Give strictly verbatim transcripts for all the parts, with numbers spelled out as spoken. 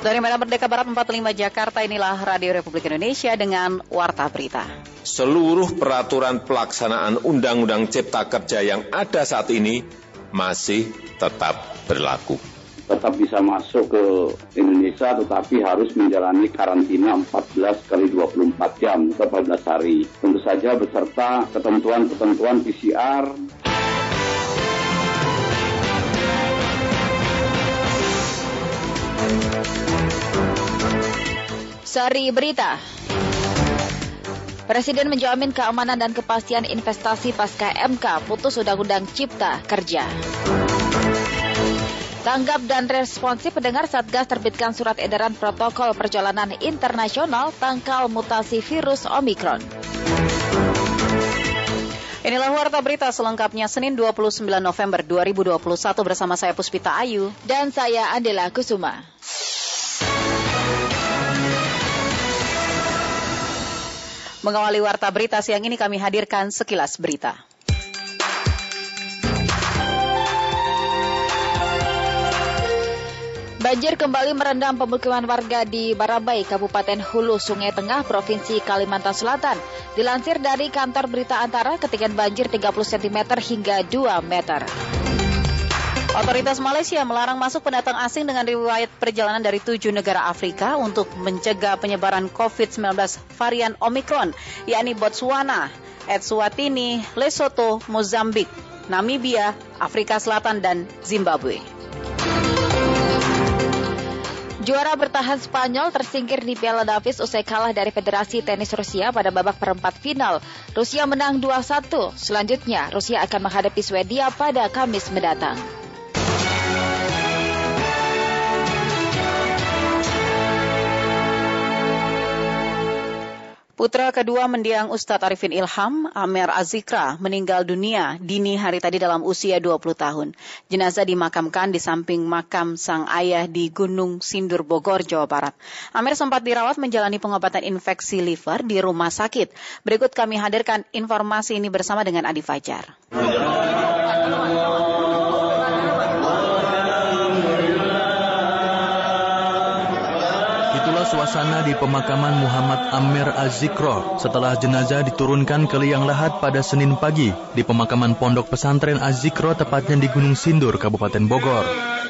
Dari Medan Merdeka Barat empat puluh lima Jakarta, inilah Radio Republik Indonesia dengan Warta Berita. Seluruh peraturan pelaksanaan Undang-Undang Cipta Kerja yang ada saat ini masih tetap berlaku. Tetap bisa masuk ke Indonesia, tetapi harus menjalani karantina empat belas kali dua puluh empat jam, atau empat belas hari. Tentu saja beserta ketentuan-ketentuan P C R. Sari Berita. Presiden menjamin keamanan dan kepastian investasi pasca M K putus Undang-Undang Cipta Kerja. Tanggap dan responsif pendengar, Satgas terbitkan surat edaran protokol perjalanan internasional tangkal mutasi virus Omikron. Inilah Warta Berita selengkapnya Senin dua puluh sembilan November dua ribu dua puluh satu bersama saya Puspita Ayu dan saya Andela Kusuma. Mengawali Warta Berita siang ini kami hadirkan sekilas berita. Banjir kembali merendam pemukiman warga di Barabai, Kabupaten Hulu Sungai Tengah, Provinsi Kalimantan Selatan. Dilansir dari kantor berita Antara, ketinggian banjir tiga puluh sentimeter hingga dua meter. Otoritas Malaysia melarang masuk pendatang asing dengan riwayat perjalanan dari tujuh negara Afrika untuk mencegah penyebaran covid sembilan belas varian Omikron, yakni Botswana, Eswatini, Lesotho, Mozambik, Namibia, Afrika Selatan, dan Zimbabwe. Juara bertahan Spanyol tersingkir di Piala Davis usai kalah dari Federasi Tenis Rusia pada babak perempat final. Rusia menang dua satu. Selanjutnya, Rusia akan menghadapi Swedia pada Kamis mendatang. Putra kedua mendiang Ustadz Arifin Ilham, Amer Azikra, meninggal dunia dini hari tadi dalam usia dua puluh tahun. Jenazah dimakamkan di samping makam sang ayah di Gunung Sindur, Bogor, Jawa Barat. Amer sempat dirawat menjalani pengobatan infeksi liver di rumah sakit. Berikut kami hadirkan informasi ini bersama dengan Adi Fajar. Suasana di pemakaman Muhammad Amer Az-Zikro setelah jenazah diturunkan ke liang lahat pada Senin pagi di pemakaman Pondok Pesantren Az-Zikro tepatnya di Gunung Sindur, Kabupaten Bogor.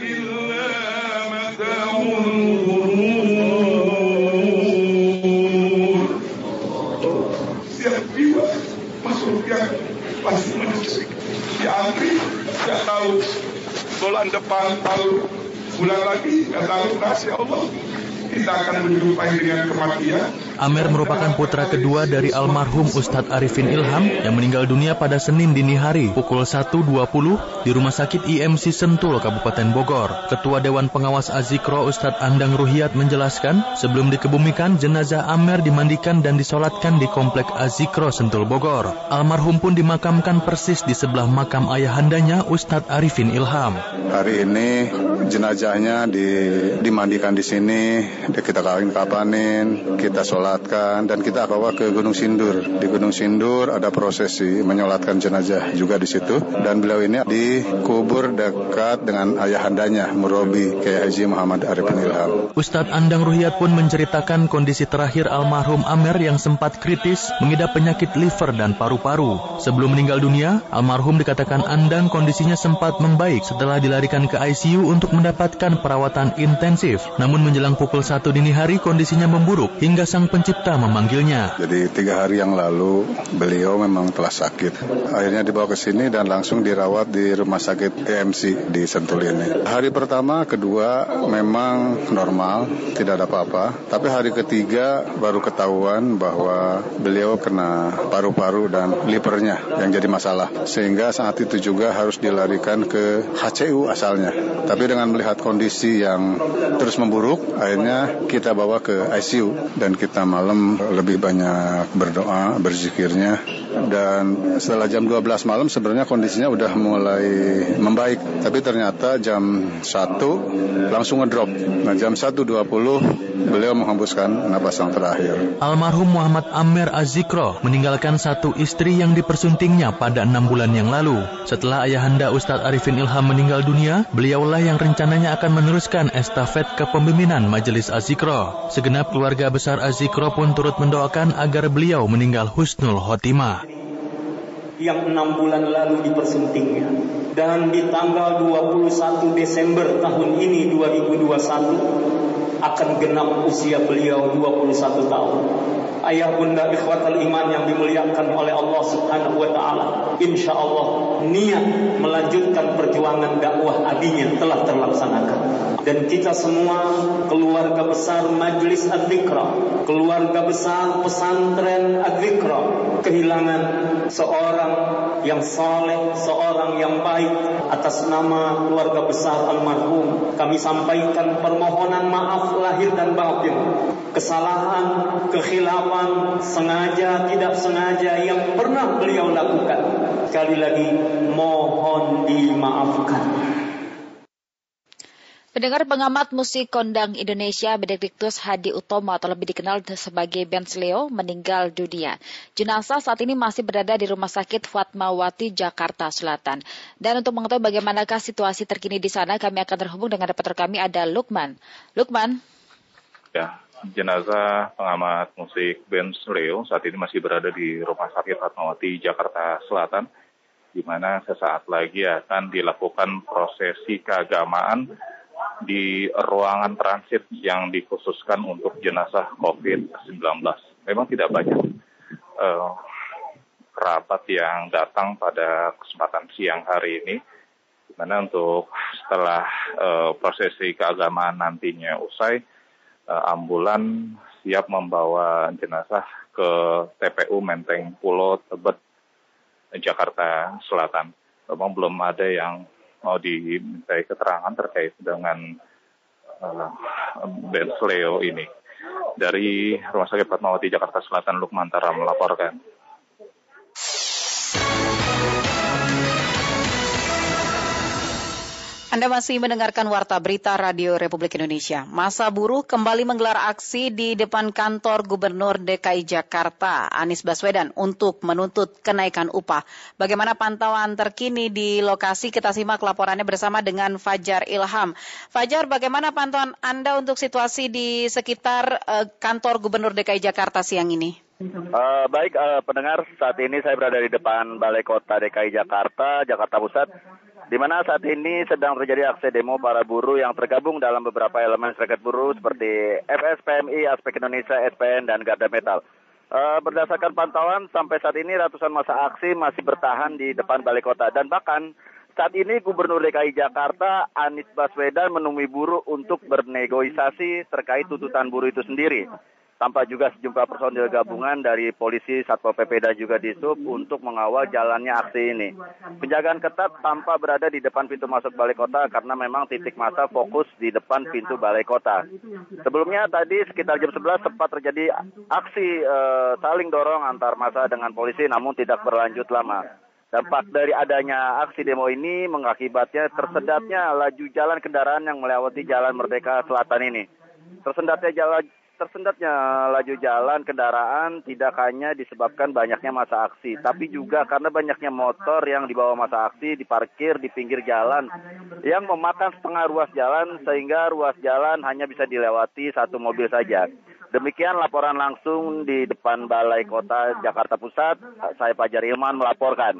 Setiap jiwa masuk yang pasti menyusui. Diantri, tidak tahu bulan depan, tahu bulan lagi, tidak tahu rahasia Allah. Kita akan menjumpai dengan kematian. Amer merupakan putra kedua dari almarhum Ustadz Arifin Ilham yang meninggal dunia pada Senin dini hari pukul satu dua puluh di Rumah Sakit I M C Sentul, Kabupaten Bogor. Ketua Dewan Pengawas Az-Zikro Ustadz Andang Ruhiyat menjelaskan, sebelum dikebumikan, jenazah Amer dimandikan dan disolatkan di Komplek Az-Zikro Sentul, Bogor. Almarhum pun dimakamkan persis di sebelah makam ayahandanya Ustadz Arifin Ilham. Hari ini jenazahnya di, dimandikan di sini. Kita kawin kapanin, kita sholatkan, dan kita bawa ke Gunung Sindur. Di Gunung Sindur ada prosesi menyolatkan jenazah juga di situ. Dan beliau ini dikubur dekat dengan ayahandanya, Murabi Kiai Haji Muhammad Arifin Ilham. Ustadz Andang Ruhiyat pun menceritakan kondisi terakhir almarhum Amer yang sempat kritis, mengidap penyakit liver dan paru-paru. Sebelum meninggal dunia, almarhum dikatakan Andang kondisinya sempat membaik setelah dilarikan ke I C U untuk mendapatkan perawatan intensif. Namun menjelang pukul satu dini hari kondisinya memburuk hingga Sang Pencipta memanggilnya. Jadi tiga hari yang lalu beliau memang telah sakit. Akhirnya dibawa ke sini dan langsung dirawat di Rumah Sakit I M C di Sentul ini. Hari pertama, kedua memang normal, tidak ada apa-apa. Tapi hari ketiga baru ketahuan bahwa beliau kena paru-paru dan livernya yang jadi masalah. Sehingga saat itu juga harus dilarikan ke H C U asalnya. Tapi dengan melihat kondisi yang terus memburuk, akhirnya akhirnya kita bawa ke I C U dan kita malam lebih banyak berdoa, berzikirnya. Dan setelah jam dua belas malam sebenarnya kondisinya udah mulai membaik. Tapi ternyata jam satu langsung ngedrop. Nah jam satu dua puluh beliau menghembuskan napas yang terakhir. Almarhum Muhammad Amer Azikro meninggalkan satu istri yang dipersuntingnya pada enam bulan yang lalu. Setelah ayahanda Ustadz Arifin Ilham meninggal dunia, beliaulah yang rencananya akan meneruskan estafet kepemimpinan Majelis Azikro. Segenap keluarga besar Azikro pun turut mendoakan agar beliau meninggal husnul khotimah. Yang enam bulan lalu dipersuntingnya. Dan di tanggal dua puluh satu Desember tahun ini dua ribu dua puluh satu akan genap usia beliau dua puluh satu tahun. Ayah bunda ikhwatal iman yang dimuliakan oleh Allah Subhanahu wa taala, insyaallah niat melanjutkan perjuangan dakwah adinya telah terlaksanakan. Dan kita semua keluarga besar Majelis Az-Zikra, keluarga besar pesantren Az-Zikra, kehilangan seorang yang saleh, seorang yang baik. Atas nama keluarga besar almarhum, kami sampaikan permohonan maaf lahir dan batin. Kesalahan, kekhilafan, sengaja, tidak sengaja yang pernah beliau lakukan, sekali lagi mohon dimaafkan. Pendengar, pengamat musik kondang Indonesia Benediktus Hadi Utomo atau lebih dikenal sebagai Benz Leo meninggal dunia. Jenazah saat ini masih berada di Rumah Sakit Fatmawati, Jakarta Selatan. Dan untuk mengetahui bagaimanakah situasi terkini di sana, kami akan terhubung dengan reporter kami ada Lukman. Lukman. Ya, jenazah pengamat musik Benz Leo saat ini masih berada di Rumah Sakit Fatmawati, Jakarta Selatan, di mana sesaat lagi akan dilakukan prosesi keagamaan di ruangan transit yang dikhususkan untuk jenazah covid sembilan belas. Memang tidak banyak uh, kerabat yang datang pada kesempatan siang hari ini, di mana untuk setelah uh, prosesi keagamaan nantinya usai, uh, ambulan siap membawa jenazah ke T P U Menteng Pulo Tebet, Jakarta Selatan. Memang belum ada yang mau dimintai keterangan terkait dengan uh, Benz Leo ini. Dari Rumah Sakit Fatmawati, Jakarta Selatan, Lukman Tara melaporkan. Anda masih mendengarkan Warta Berita Radio Republik Indonesia. Massa buruh kembali menggelar aksi di depan kantor Gubernur D K I Jakarta, Anies Baswedan, untuk menuntut kenaikan upah. Bagaimana pantauan terkini di lokasi? Kita simak laporannya bersama dengan Fajar Ilham. Fajar, bagaimana pantauan Anda untuk situasi di sekitar uh, kantor Gubernur D K I Jakarta siang ini? Uh, baik, uh, pendengar, saat ini saya berada di depan Balai Kota D K I Jakarta, Jakarta Pusat, di mana saat ini sedang terjadi aksi demo para buruh yang tergabung dalam beberapa elemen serikat buruh seperti F S, P M I, Aspek Indonesia, S P N, dan Garda Metal. Uh, berdasarkan pantauan, sampai saat ini ratusan massa aksi masih bertahan di depan Balai Kota. Dan bahkan saat ini Gubernur D K I Jakarta, Anies Baswedan, menemui buruh untuk bernegosiasi terkait tuntutan buruh itu sendiri. Tampak juga sejumlah personil gabungan dari polisi, Satpol P P dan juga Disub untuk mengawal jalannya aksi ini. Penjagaan ketat tampak berada di depan pintu masuk Balai Kota karena memang titik massa fokus di depan pintu Balai Kota. Sebelumnya tadi sekitar jam sebelas sempat terjadi aksi e, saling dorong antar massa dengan polisi namun tidak berlanjut lama. Dampak dari adanya aksi demo ini mengakibatnya tersedatnya laju jalan kendaraan yang melewati Jalan Merdeka Selatan ini. Tersendatnya jalan Tersendatnya laju jalan kendaraan tidak hanya disebabkan banyaknya massa aksi, tapi juga karena banyaknya motor yang dibawa massa aksi diparkir di pinggir jalan yang memakan setengah ruas jalan sehingga ruas jalan hanya bisa dilewati satu mobil saja. Demikian laporan langsung di depan Balai Kota Jakarta Pusat. Saya Fajar Ilman melaporkan.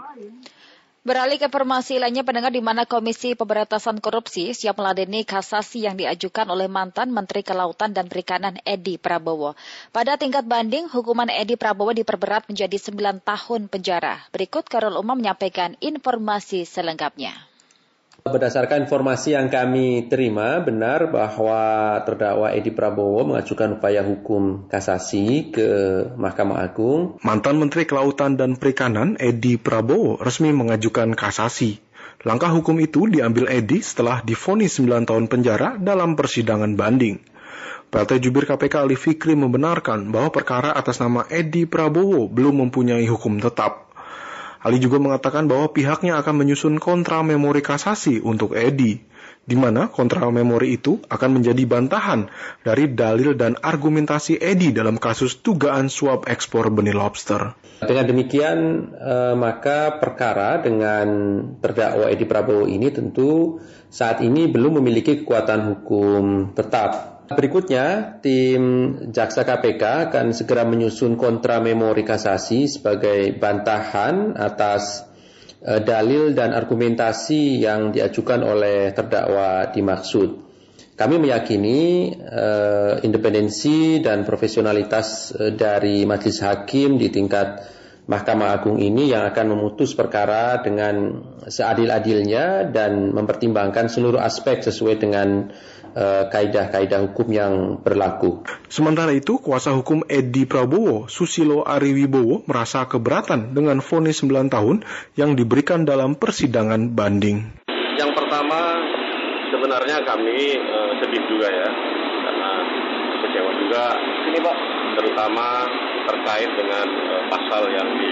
Beralih ke informasi lainnya, pendengar, di mana Komisi Pemberantasan Korupsi siap meladeni kasasi yang diajukan oleh mantan Menteri Kelautan dan Perikanan Edi Prabowo. Pada tingkat banding, hukuman Edi Prabowo diperberat menjadi sembilan tahun penjara. Berikut Karol Umam menyampaikan informasi selengkapnya. Berdasarkan informasi yang kami terima, benar bahwa terdakwa Edi Prabowo mengajukan upaya hukum kasasi ke Mahkamah Agung. Mantan Menteri Kelautan dan Perikanan Edi Prabowo resmi mengajukan kasasi. Langkah hukum itu diambil Edi setelah divonis sembilan tahun penjara dalam persidangan banding. P L T Jubir K P K Ali Fikri membenarkan bahwa perkara atas nama Edi Prabowo belum mempunyai hukum tetap. Ali juga mengatakan bahwa pihaknya akan menyusun kontra memori kasasi untuk Edi, di mana kontra memori itu akan menjadi bantahan dari dalil dan argumentasi Edi dalam kasus dugaan suap ekspor benih lobster. Dengan demikian, eh, maka perkara dengan terdakwa Edi Prabowo ini tentu saat ini belum memiliki kekuatan hukum tetap. Berikutnya, tim Jaksa K P K akan segera menyusun kontra memori kasasi sebagai bantahan atas eh, dalil dan argumentasi yang diajukan oleh terdakwa dimaksud. Kami meyakini eh, independensi dan profesionalitas eh, dari majelis hakim di tingkat Mahkamah Agung ini yang akan memutus perkara dengan seadil-adilnya dan mempertimbangkan seluruh aspek sesuai dengan uh, kaidah-kaidah hukum yang berlaku. Sementara itu, kuasa hukum Edi Prabowo, Susilo Ariwibowo, merasa keberatan dengan vonis sembilan tahun yang diberikan dalam persidangan banding. Yang pertama, sebenarnya kami uh, sedih juga ya, karena kecewa juga, ini Pak, terutama terkait dengan uh, pasal yang di,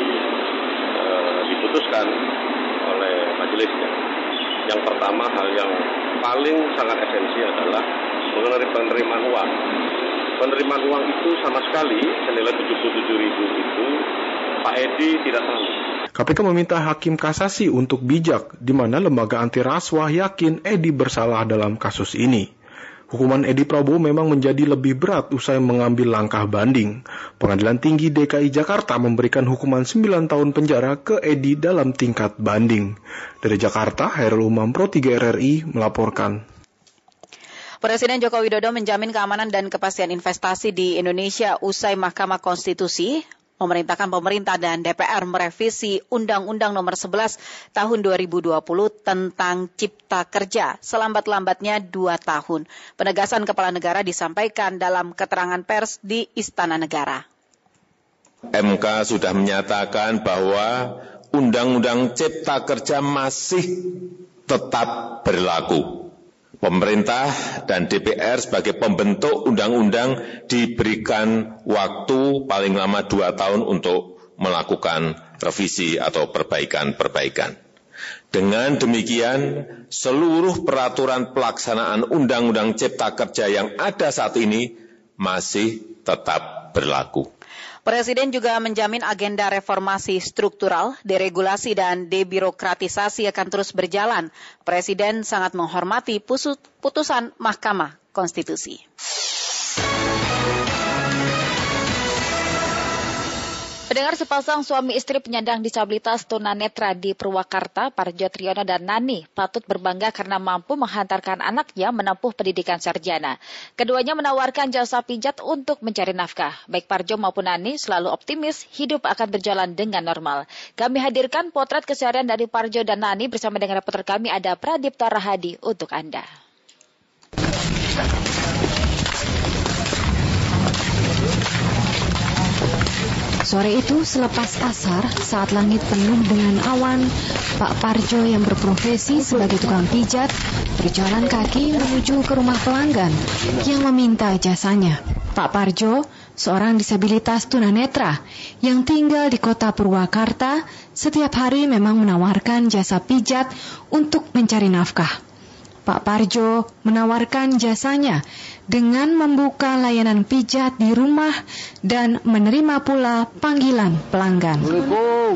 uh, diputuskan oleh majelisnya. Yang pertama, hal yang paling sangat esensi adalah mengenai penerimaan uang. Penerimaan uang itu sama sekali senilai tujuh puluh tujuh ribu itu Pak Edi tidak tahu. K P K meminta hakim kasasi untuk bijak, di mana lembaga anti rasuah yakin Edi bersalah dalam kasus ini. Hukuman Edi Prabowo memang menjadi lebih berat usai mengambil langkah banding. Pengadilan Tinggi D K I Jakarta memberikan hukuman sembilan tahun penjara ke Edi dalam tingkat banding. Dari Jakarta, Hairul Umam, Pro tiga R R I, melaporkan. Presiden Joko Widodo menjamin keamanan dan kepastian investasi di Indonesia usai Mahkamah Konstitusi memerintahkan pemerintah dan D P R merevisi Undang-Undang Nomor sebelas Tahun dua ribu dua puluh tentang Cipta Kerja selambat-lambatnya dua tahun. Penegasan Kepala Negara disampaikan dalam keterangan pers di Istana Negara. M K sudah menyatakan bahwa Undang-Undang Cipta Kerja masih tetap berlaku. Pemerintah dan D P R sebagai pembentuk undang-undang diberikan waktu paling lama dua tahun untuk melakukan revisi atau perbaikan-perbaikan. Dengan demikian, seluruh peraturan pelaksanaan Undang-Undang Cipta Kerja yang ada saat ini masih tetap berlaku. Presiden juga menjamin agenda reformasi struktural, deregulasi dan debirokratisasi akan terus berjalan. Presiden sangat menghormati putusan Mahkamah Konstitusi. Pendengar, sepasang suami istri penyandang disabilitas tunanetra di Purwakarta, Parjo Triyono dan Nani, patut berbangga karena mampu menghantarkan anaknya menempuh pendidikan sarjana. Keduanya menawarkan jasa pijat untuk mencari nafkah. Baik Parjo maupun Nani selalu optimis hidup akan berjalan dengan normal. Kami hadirkan potret keseharian dari Parjo dan Nani bersama dengan reporter kami ada Pradipta Rahadi untuk Anda. Sore itu selepas asar, saat langit penuh dengan awan, Pak Parjo yang berprofesi sebagai tukang pijat berjalan kaki menuju ke rumah pelanggan yang meminta jasanya. Pak Parjo, seorang disabilitas tunanetra yang tinggal di kota Purwakarta, setiap hari memang menawarkan jasa pijat untuk mencari nafkah. Pak Parjo menawarkan jasanya dengan membuka layanan pijat di rumah dan menerima pula panggilan pelanggan. Assalamualaikum.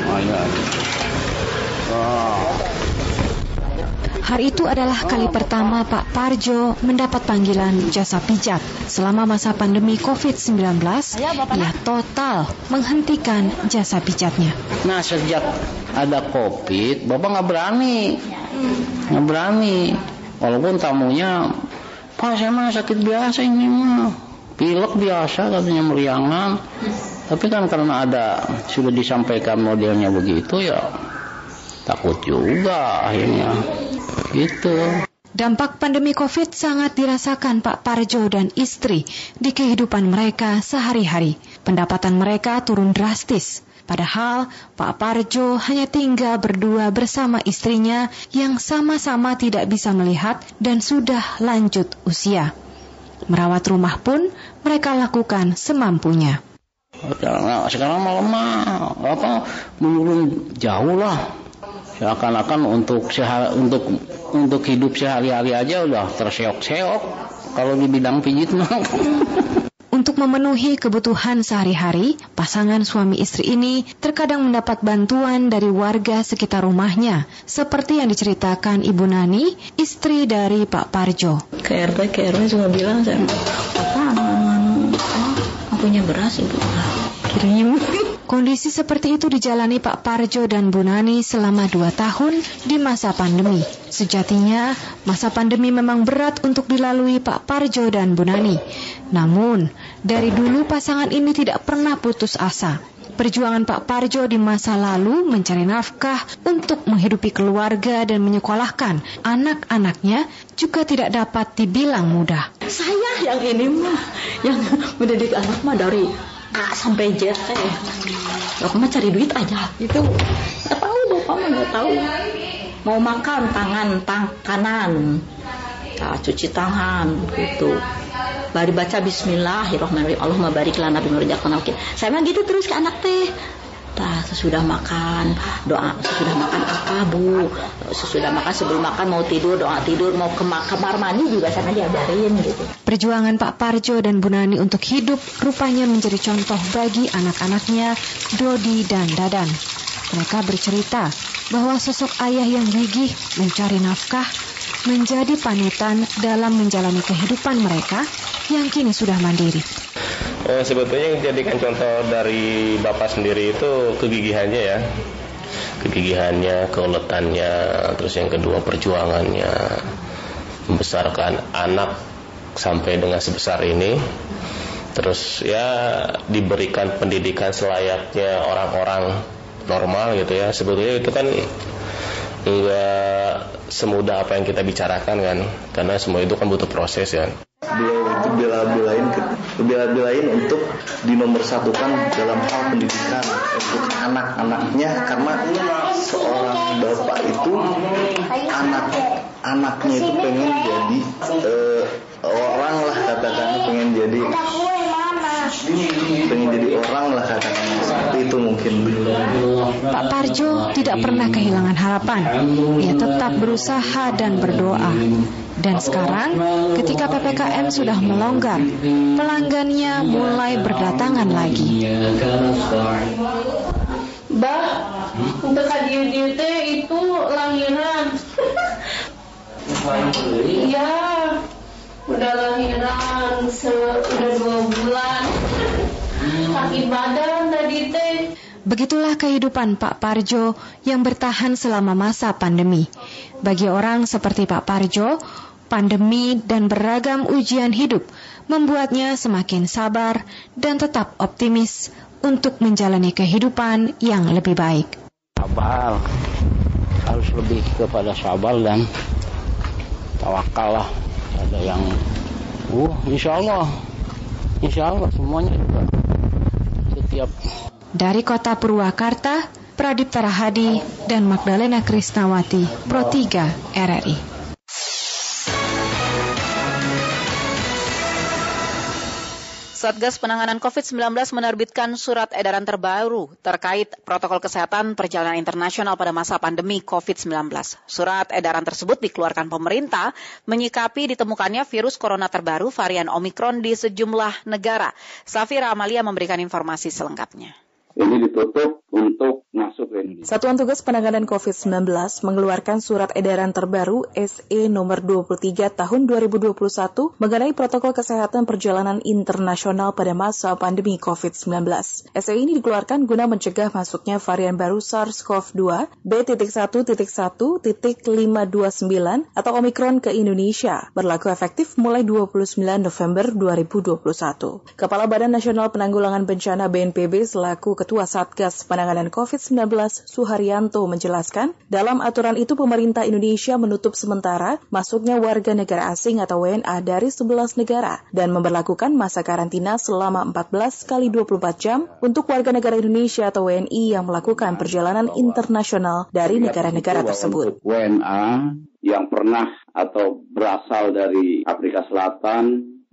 Hari itu adalah kali pertama Pak Parjo mendapat panggilan jasa pijat. Selama masa pandemi covid sembilan belas, ia total menghentikan jasa pijatnya. Nah, sejak ada COVID, Bapak nggak berani. Nggak berani. Walaupun tamunya, Pak, saya mah sakit biasa ini mah. Pilek biasa katanya, meriangan. Tapi kan karena ada, sudah disampaikan modelnya begitu ya, takut juga akhirnya. Gitu. Dampak pandemi COVID sangat dirasakan Pak Parjo dan istri di kehidupan mereka sehari-hari. Pendapatan mereka turun drastis. Padahal Pak Parjo hanya tinggal berdua bersama istrinya yang sama-sama tidak bisa melihat dan sudah lanjut usia. Merawat rumah pun mereka lakukan semampunya. Nah, sekarang malam mah apa menurun jauh lah. Seakan-akan untuk sehari, untuk untuk hidup sehari-hari aja udah terseok-seok kalau di bidang pijit mah. Untuk memenuhi kebutuhan sehari-hari, pasangan suami istri ini terkadang mendapat bantuan dari warga sekitar rumahnya, seperti yang diceritakan Ibu Nani, istri dari Pak Parjo. K R T, K R W cuma bilang, saya apa, oh, punya beras Ibu, kirim. Kondisi seperti itu dijalani Pak Parjo dan Bu Nani selama dua tahun di masa pandemi. Sejatinya, masa pandemi memang berat untuk dilalui Pak Parjo dan Bu Nani. Namun, dari dulu pasangan ini tidak pernah putus asa. Perjuangan Pak Parjo di masa lalu mencari nafkah untuk menghidupi keluarga dan menyekolahkan anak-anaknya juga tidak dapat dibilang mudah. Saya yang ini mah, yang mendidik anak mah dari A sampai Z teh. Bapak mah cari duit aja gitu. Nggak tahu, Bapak mah nggak tahu. Mau makan tangan tang kanan, nah, cuci tangan gitu. Bari baca Bismillahirrahmanirrahim. Allahumma barik lana bi marzaqna. Saya mah gitu terus ke anak teh. Tah sesudah makan doa, sesudah makan apa Bu? Sesudah makan, sebelum makan mau tidur doa tidur, mau ke kamar mandi juga sana diajarin gitu. Perjuangan Pak Parjo dan Bu Nani untuk hidup rupanya menjadi contoh bagi anak-anaknya Dodi dan Dadan. Mereka bercerita bahwa sosok ayah yang gigih mencari nafkah menjadi panutan dalam menjalani kehidupan mereka yang kini sudah mandiri. Eh, sebetulnya yang dijadikan contoh dari Bapak sendiri itu kegigihannya ya. Kegigihannya, keuletannya, terus yang kedua perjuangannya. Membesarkan anak sampai dengan sebesar ini. Terus ya diberikan pendidikan selayaknya orang-orang normal gitu ya. Sebetulnya itu kan enggak semudah apa yang kita bicarakan kan. Karena semua itu kan butuh proses kan. Beliau itu bela-belain bela-belain untuk dinomorsatukan dalam hal pendidikan untuk anak-anaknya, karena seorang bapak itu anak anaknya itu pengen jadi uh, orang lah katakan, pengen jadi pengen jadi orang lah katakan, seperti itu mungkin. Pak Parjo tidak pernah kehilangan harapan. Ia tetap berusaha dan berdoa. Dan sekarang, ketika P P K M sudah melonggar, pelanggannya mulai berdatangan lagi. Bah, untuk hadiah teh itu lahiran. Iya, udah lahiran, se- udah dua bulan. Sakit badan tadi teh. Begitulah kehidupan Pak Parjo yang bertahan selama masa pandemi. Bagi orang seperti Pak Parjo, pandemi dan beragam ujian hidup membuatnya semakin sabar dan tetap optimis untuk menjalani kehidupan yang lebih baik. Sabar, harus lebih kepada sabar dan tawakal lah. Ada yang, uh, insya Allah, insya Allah semuanya juga setiap. Dari kota Purwakarta, Pradipta Rahadi dan Magdalena Krisnawati, Pro tiga R R I. Satgas Penanganan covid sembilan belas menerbitkan surat edaran terbaru terkait protokol kesehatan perjalanan internasional pada masa pandemi covid sembilan belas. Surat edaran tersebut dikeluarkan pemerintah menyikapi ditemukannya virus corona terbaru varian Omikron di sejumlah negara. Safira Amalia memberikan informasi selengkapnya. Ini ditutup untuk masuk ke Indonesia. Satuan Tugas Penanganan covid sembilan belas mengeluarkan surat edaran terbaru S E nomor dua puluh tiga tahun dua ribu dua puluh satu mengenai protokol kesehatan perjalanan internasional pada masa pandemi covid sembilan belas. S E ini dikeluarkan guna mencegah masuknya varian baru SARS-C o V dua B satu satu lima dua sembilan atau Omikron ke Indonesia, berlaku efektif mulai dua puluh sembilan November dua ribu dua puluh satu. Kepala Badan Nasional Penanggulangan Bencana B N P B selaku Ketua Satgas Penanganan covid sembilan belas Suharyanto menjelaskan, dalam aturan itu pemerintah Indonesia menutup sementara masuknya warga negara asing atau W N A dari sebelas negara dan memberlakukan masa karantina selama empat belas kali dua puluh empat jam untuk warga negara Indonesia atau W N I yang melakukan perjalanan internasional dari negara-negara tersebut. W N A yang pernah atau berasal dari Afrika Selatan,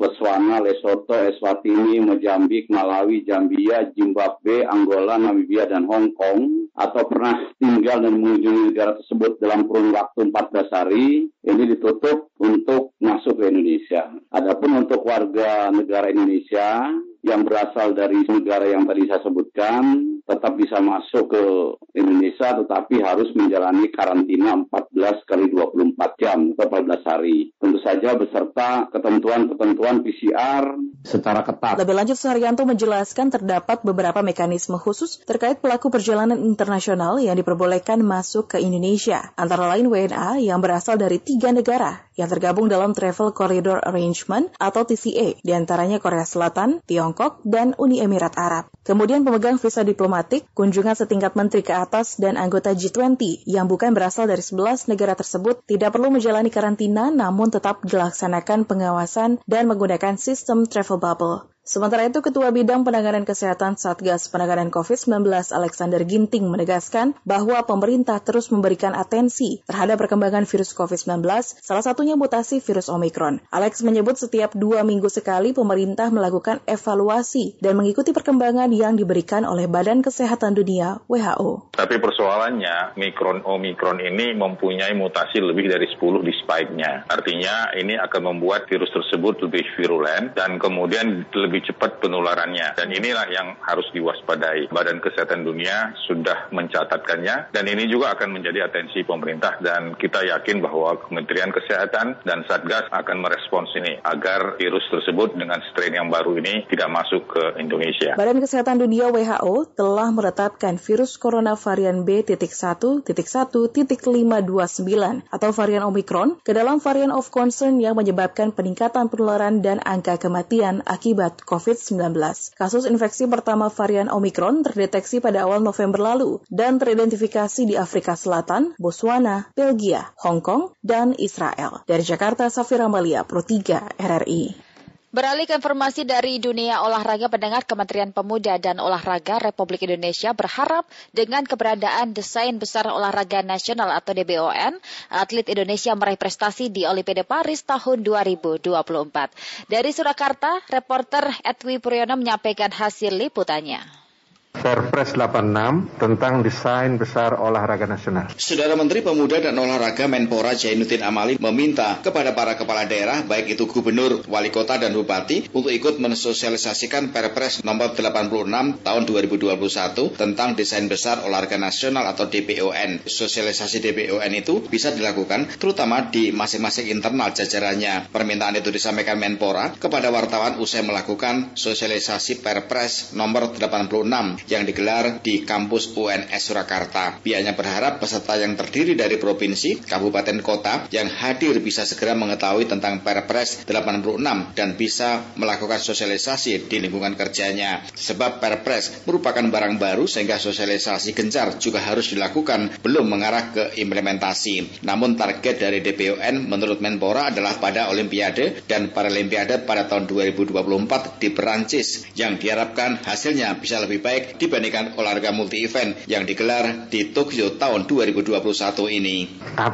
Botswana, Lesotho, Eswatini, Mozambik, Malawi, Zambia, Zimbabwe, Angola, Namibia, dan Hong Kong, atau pernah tinggal dan mengunjungi negara tersebut dalam kurun waktu empat belas hari, ini ditutup untuk masuk ke Indonesia. Adapun untuk warga negara Indonesia yang berasal dari negara yang tadi saya sebutkan, tetap bisa masuk ke Indonesia, tetapi harus menjalani karantina empat belas kali dua puluh empat jam atau empat belas hari. Tentu saja beserta ketentuan-ketentuan P C R secara ketat. Lebih lanjut, Suharyanto menjelaskan terdapat beberapa mekanisme khusus terkait pelaku perjalanan internasional yang diperbolehkan masuk ke Indonesia. Antara lain W N A yang berasal dari tiga negara yang tergabung dalam Travel Corridor Arrangement atau T C A, diantaranya Korea Selatan, Tiongkok, dan Uni Emirat Arab. Kemudian pemegang visa diplomatik, kunjungan setingkat menteri ke atas, dan anggota G dua puluh yang bukan berasal dari sebelas negara tersebut tidak perlu menjalani karantina, namun tetap dilaksanakan pengawasan dan menggunakan sistem travel bubble. Sementara itu, Ketua Bidang Penanganan Kesehatan Satgas Penanganan covid sembilan belas Alexander Ginting menegaskan bahwa pemerintah terus memberikan atensi terhadap perkembangan virus covid sembilan belas, salah satunya mutasi virus Omicron. Alex menyebut setiap dua minggu sekali pemerintah melakukan evaluasi dan mengikuti perkembangan yang diberikan oleh Badan Kesehatan Dunia W H O. Tapi persoalannya, Omicron Omicron ini mempunyai mutasi lebih dari sepuluh di spike-nya. Artinya ini akan membuat virus tersebut lebih virulen dan kemudian lebih lebih cepat penularannya. Dan inilah yang harus diwaspadai. Badan Kesehatan Dunia sudah mencatatkannya dan ini juga akan menjadi atensi pemerintah dan kita yakin bahwa Kementerian Kesehatan dan Satgas akan merespons ini agar virus tersebut dengan strain yang baru ini tidak masuk ke Indonesia. Badan Kesehatan Dunia W H O telah menetapkan virus corona varian B satu titik satu titik lima dua sembilan atau varian Omicron ke dalam varian of concern yang menyebabkan peningkatan penularan dan angka kematian akibat covid sembilan belas. Kasus infeksi pertama varian Omicron terdeteksi pada awal November lalu dan teridentifikasi di Afrika Selatan, Botswana, Belgia, Hong Kong, dan Israel. Dari Jakarta, Safira Malia, Pro tiga R R I. Beralih ke informasi dari dunia olahraga, pendengar, Kementerian Pemuda dan Olahraga Republik Indonesia berharap dengan keberadaan Desain Besar Olahraga Nasional atau D B O N, atlet Indonesia meraih prestasi di Olimpiade Paris tahun dua ribu dua puluh empat. Dari Surakarta, reporter Edwi Puryono menyampaikan hasil liputannya. Perpres delapan puluh enam tentang Desain Besar Olahraga Nasional. Saudara Menteri Pemuda dan Olahraga Menpora Zainuddin Amali meminta kepada para kepala daerah, baik itu gubernur, wali kota, dan bupati, untuk ikut mensosialisasikan Perpres nomor delapan puluh enam tahun dua ribu dua puluh satu tentang Desain Besar Olahraga Nasional atau D B O N. Sosialisasi D B O N itu bisa dilakukan terutama di masing-masing internal jajarannya. Permintaan itu disampaikan Menpora kepada wartawan usai melakukan sosialisasi Perpres nomor delapan puluh enam yang digelar di kampus U N S Surakarta. Pihaknya berharap peserta yang terdiri dari provinsi, kabupaten, kota yang hadir bisa segera mengetahui tentang Perpres delapan puluh enam dan bisa melakukan sosialisasi di lingkungan kerjanya. Sebab Perpres merupakan barang baru sehingga sosialisasi gencar juga harus dilakukan, belum mengarah ke implementasi. Namun target dari D B O N menurut Menpora adalah pada Olimpiade dan Paralimpiade pada tahun dua ribu dua puluh empat di Perancis yang diharapkan hasilnya bisa lebih baik dibandingkan olahraga multi-event yang digelar di Tokyo tahun dua ribu dua puluh satu ini.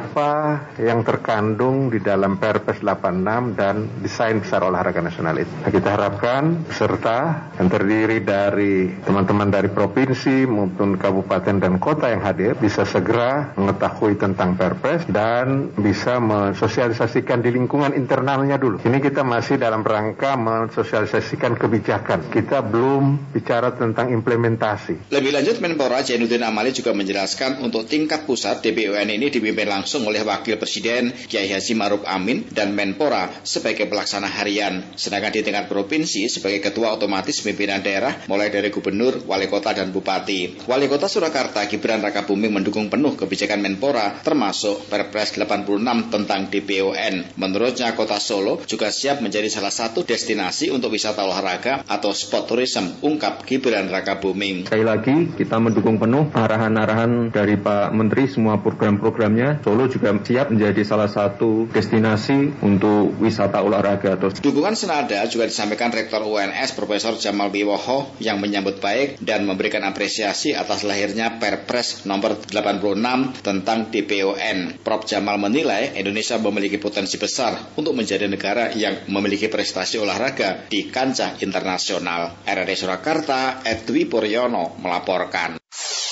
Apa yang terkandung di dalam Perpres delapan puluh enam dan Desain Besar Olahraga Nasional itu? Nah, kita harapkan peserta yang terdiri dari teman-teman dari provinsi maupun kabupaten dan kota yang hadir bisa segera mengetahui tentang Perpres dan bisa mensosialisasikan di lingkungan internalnya dulu. Ini kita masih dalam rangka mensosialisasikan kebijakan. Kita belum bicara tentang implementasi. Lebih lanjut, Menpora Zainuddin Amali juga menjelaskan untuk tingkat pusat D B O N ini dipimpin langsung oleh Wakil Presiden Kiai Haji Ma'ruf Amin dan Menpora sebagai pelaksana harian. Sedangkan di tingkat provinsi sebagai ketua otomatis pimpinan daerah mulai dari gubernur, wali kota, dan bupati. Wali kota Surakarta Gibran Rakabuming mendukung penuh kebijakan Menpora termasuk Perpres delapan puluh enam tentang D B O N. Menurutnya kota Solo juga siap menjadi salah satu destinasi untuk wisata olahraga atau sport tourism, ungkap Gibran Rakabuming. booming. Sekali lagi kita mendukung penuh arahan-arahan dari Pak Menteri, semua program-programnya. Solo juga siap menjadi salah satu destinasi untuk wisata olahraga. Dukungan senada juga disampaikan Rektor U N S Profesor Jamal Wiwoho yang menyambut baik dan memberikan apresiasi atas lahirnya Perpres nomor delapan puluh enam tentang D P O N. Prof Jamal menilai Indonesia memiliki potensi besar untuk menjadi negara yang memiliki prestasi olahraga di kancah internasional. R R D Surakarta, Edwi Puryono melaporkan.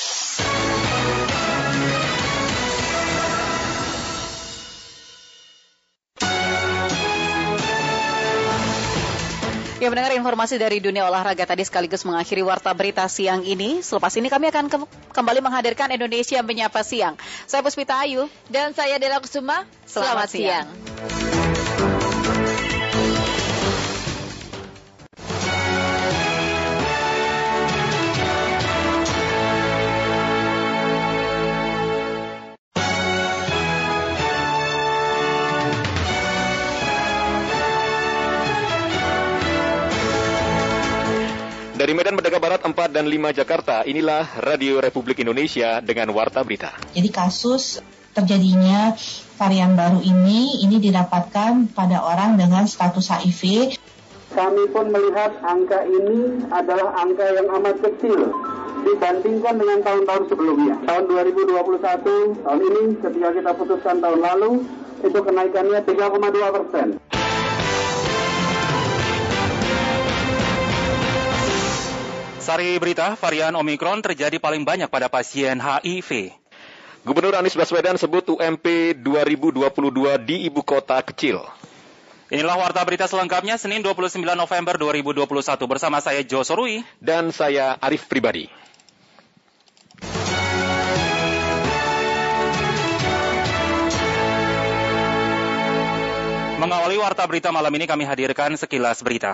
Ya, mendengar informasi dari dunia olahraga tadi sekaligus mengakhiri Warta Berita siang ini. Selepas ini kami akan ke- kembali menghadirkan Indonesia Menyapa Siang. Saya Puspita Ayu. Dan saya Dela Kusuma. Selamat, Selamat siang. siang. Dari Medan Merdeka Barat empat dan lima Jakarta, inilah Radio Republik Indonesia dengan Warta Berita. Jadi kasus terjadinya varian baru ini, ini didapatkan pada orang dengan status H I V. Kami pun melihat angka ini adalah angka yang amat kecil dibandingkan dengan tahun-tahun sebelumnya. Tahun dua ribu dua puluh satu, tahun ini ketika kita putuskan tahun lalu, itu kenaikannya tiga koma dua persen. Sari berita, varian Omikron terjadi paling banyak pada pasien H I V. Gubernur Anies Baswedan sebut U M P dua ribu dua puluh dua di ibu kota kecil. Inilah Warta Berita selengkapnya Senin dua puluh sembilan November dua ribu dua puluh satu bersama saya Jo Sorui. Dan saya Arif Pribadi. Mengawali Warta Berita malam ini kami hadirkan sekilas berita.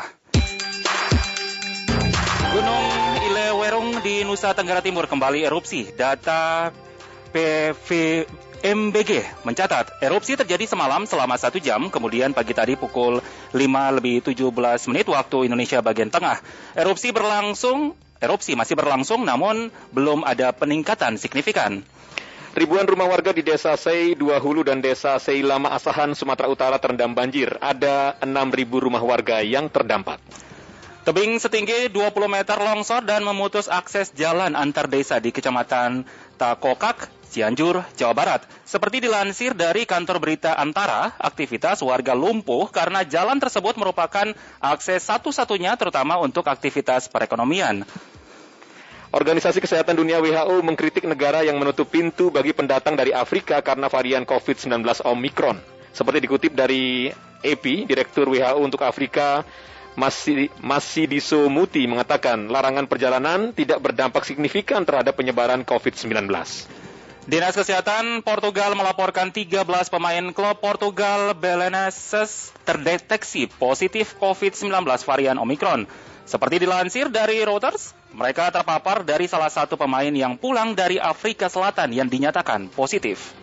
Gunung Ilewerung di Nusa Tenggara Timur kembali erupsi. Data P V M B G mencatat erupsi terjadi semalam selama satu jam, kemudian pagi tadi pukul lima lebih tujuh belas menit waktu Indonesia bagian tengah. Erupsi berlangsung, erupsi masih berlangsung namun belum ada peningkatan signifikan. Ribuan rumah warga di Desa Sei, Dua Hulu dan Desa Sei Lama Asahan, Sumatera Utara terendam banjir. Ada enam ribu rumah warga yang terdampak. Tebing setinggi dua puluh meter longsor dan memutus akses jalan antar desa di Kecamatan Takokak, Cianjur, Jawa Barat. Seperti dilansir dari kantor berita Antara, aktivitas warga lumpuh karena jalan tersebut merupakan akses satu-satunya terutama untuk aktivitas perekonomian. Organisasi Kesehatan Dunia W H O mengkritik negara yang menutup pintu bagi pendatang dari Afrika karena varian covid sembilan belas Omikron. Seperti dikutip dari A P, Direktur W H O untuk Afrika, Matshidiso Moeti mengatakan larangan perjalanan tidak berdampak signifikan terhadap penyebaran covid sembilan belas. Dinas Kesehatan Portugal melaporkan tiga belas pemain klub Portugal Belenenses terdeteksi positif covid sembilan belas varian Omikron. Seperti dilansir dari Reuters, mereka terpapar dari salah satu pemain yang pulang dari Afrika Selatan yang dinyatakan positif.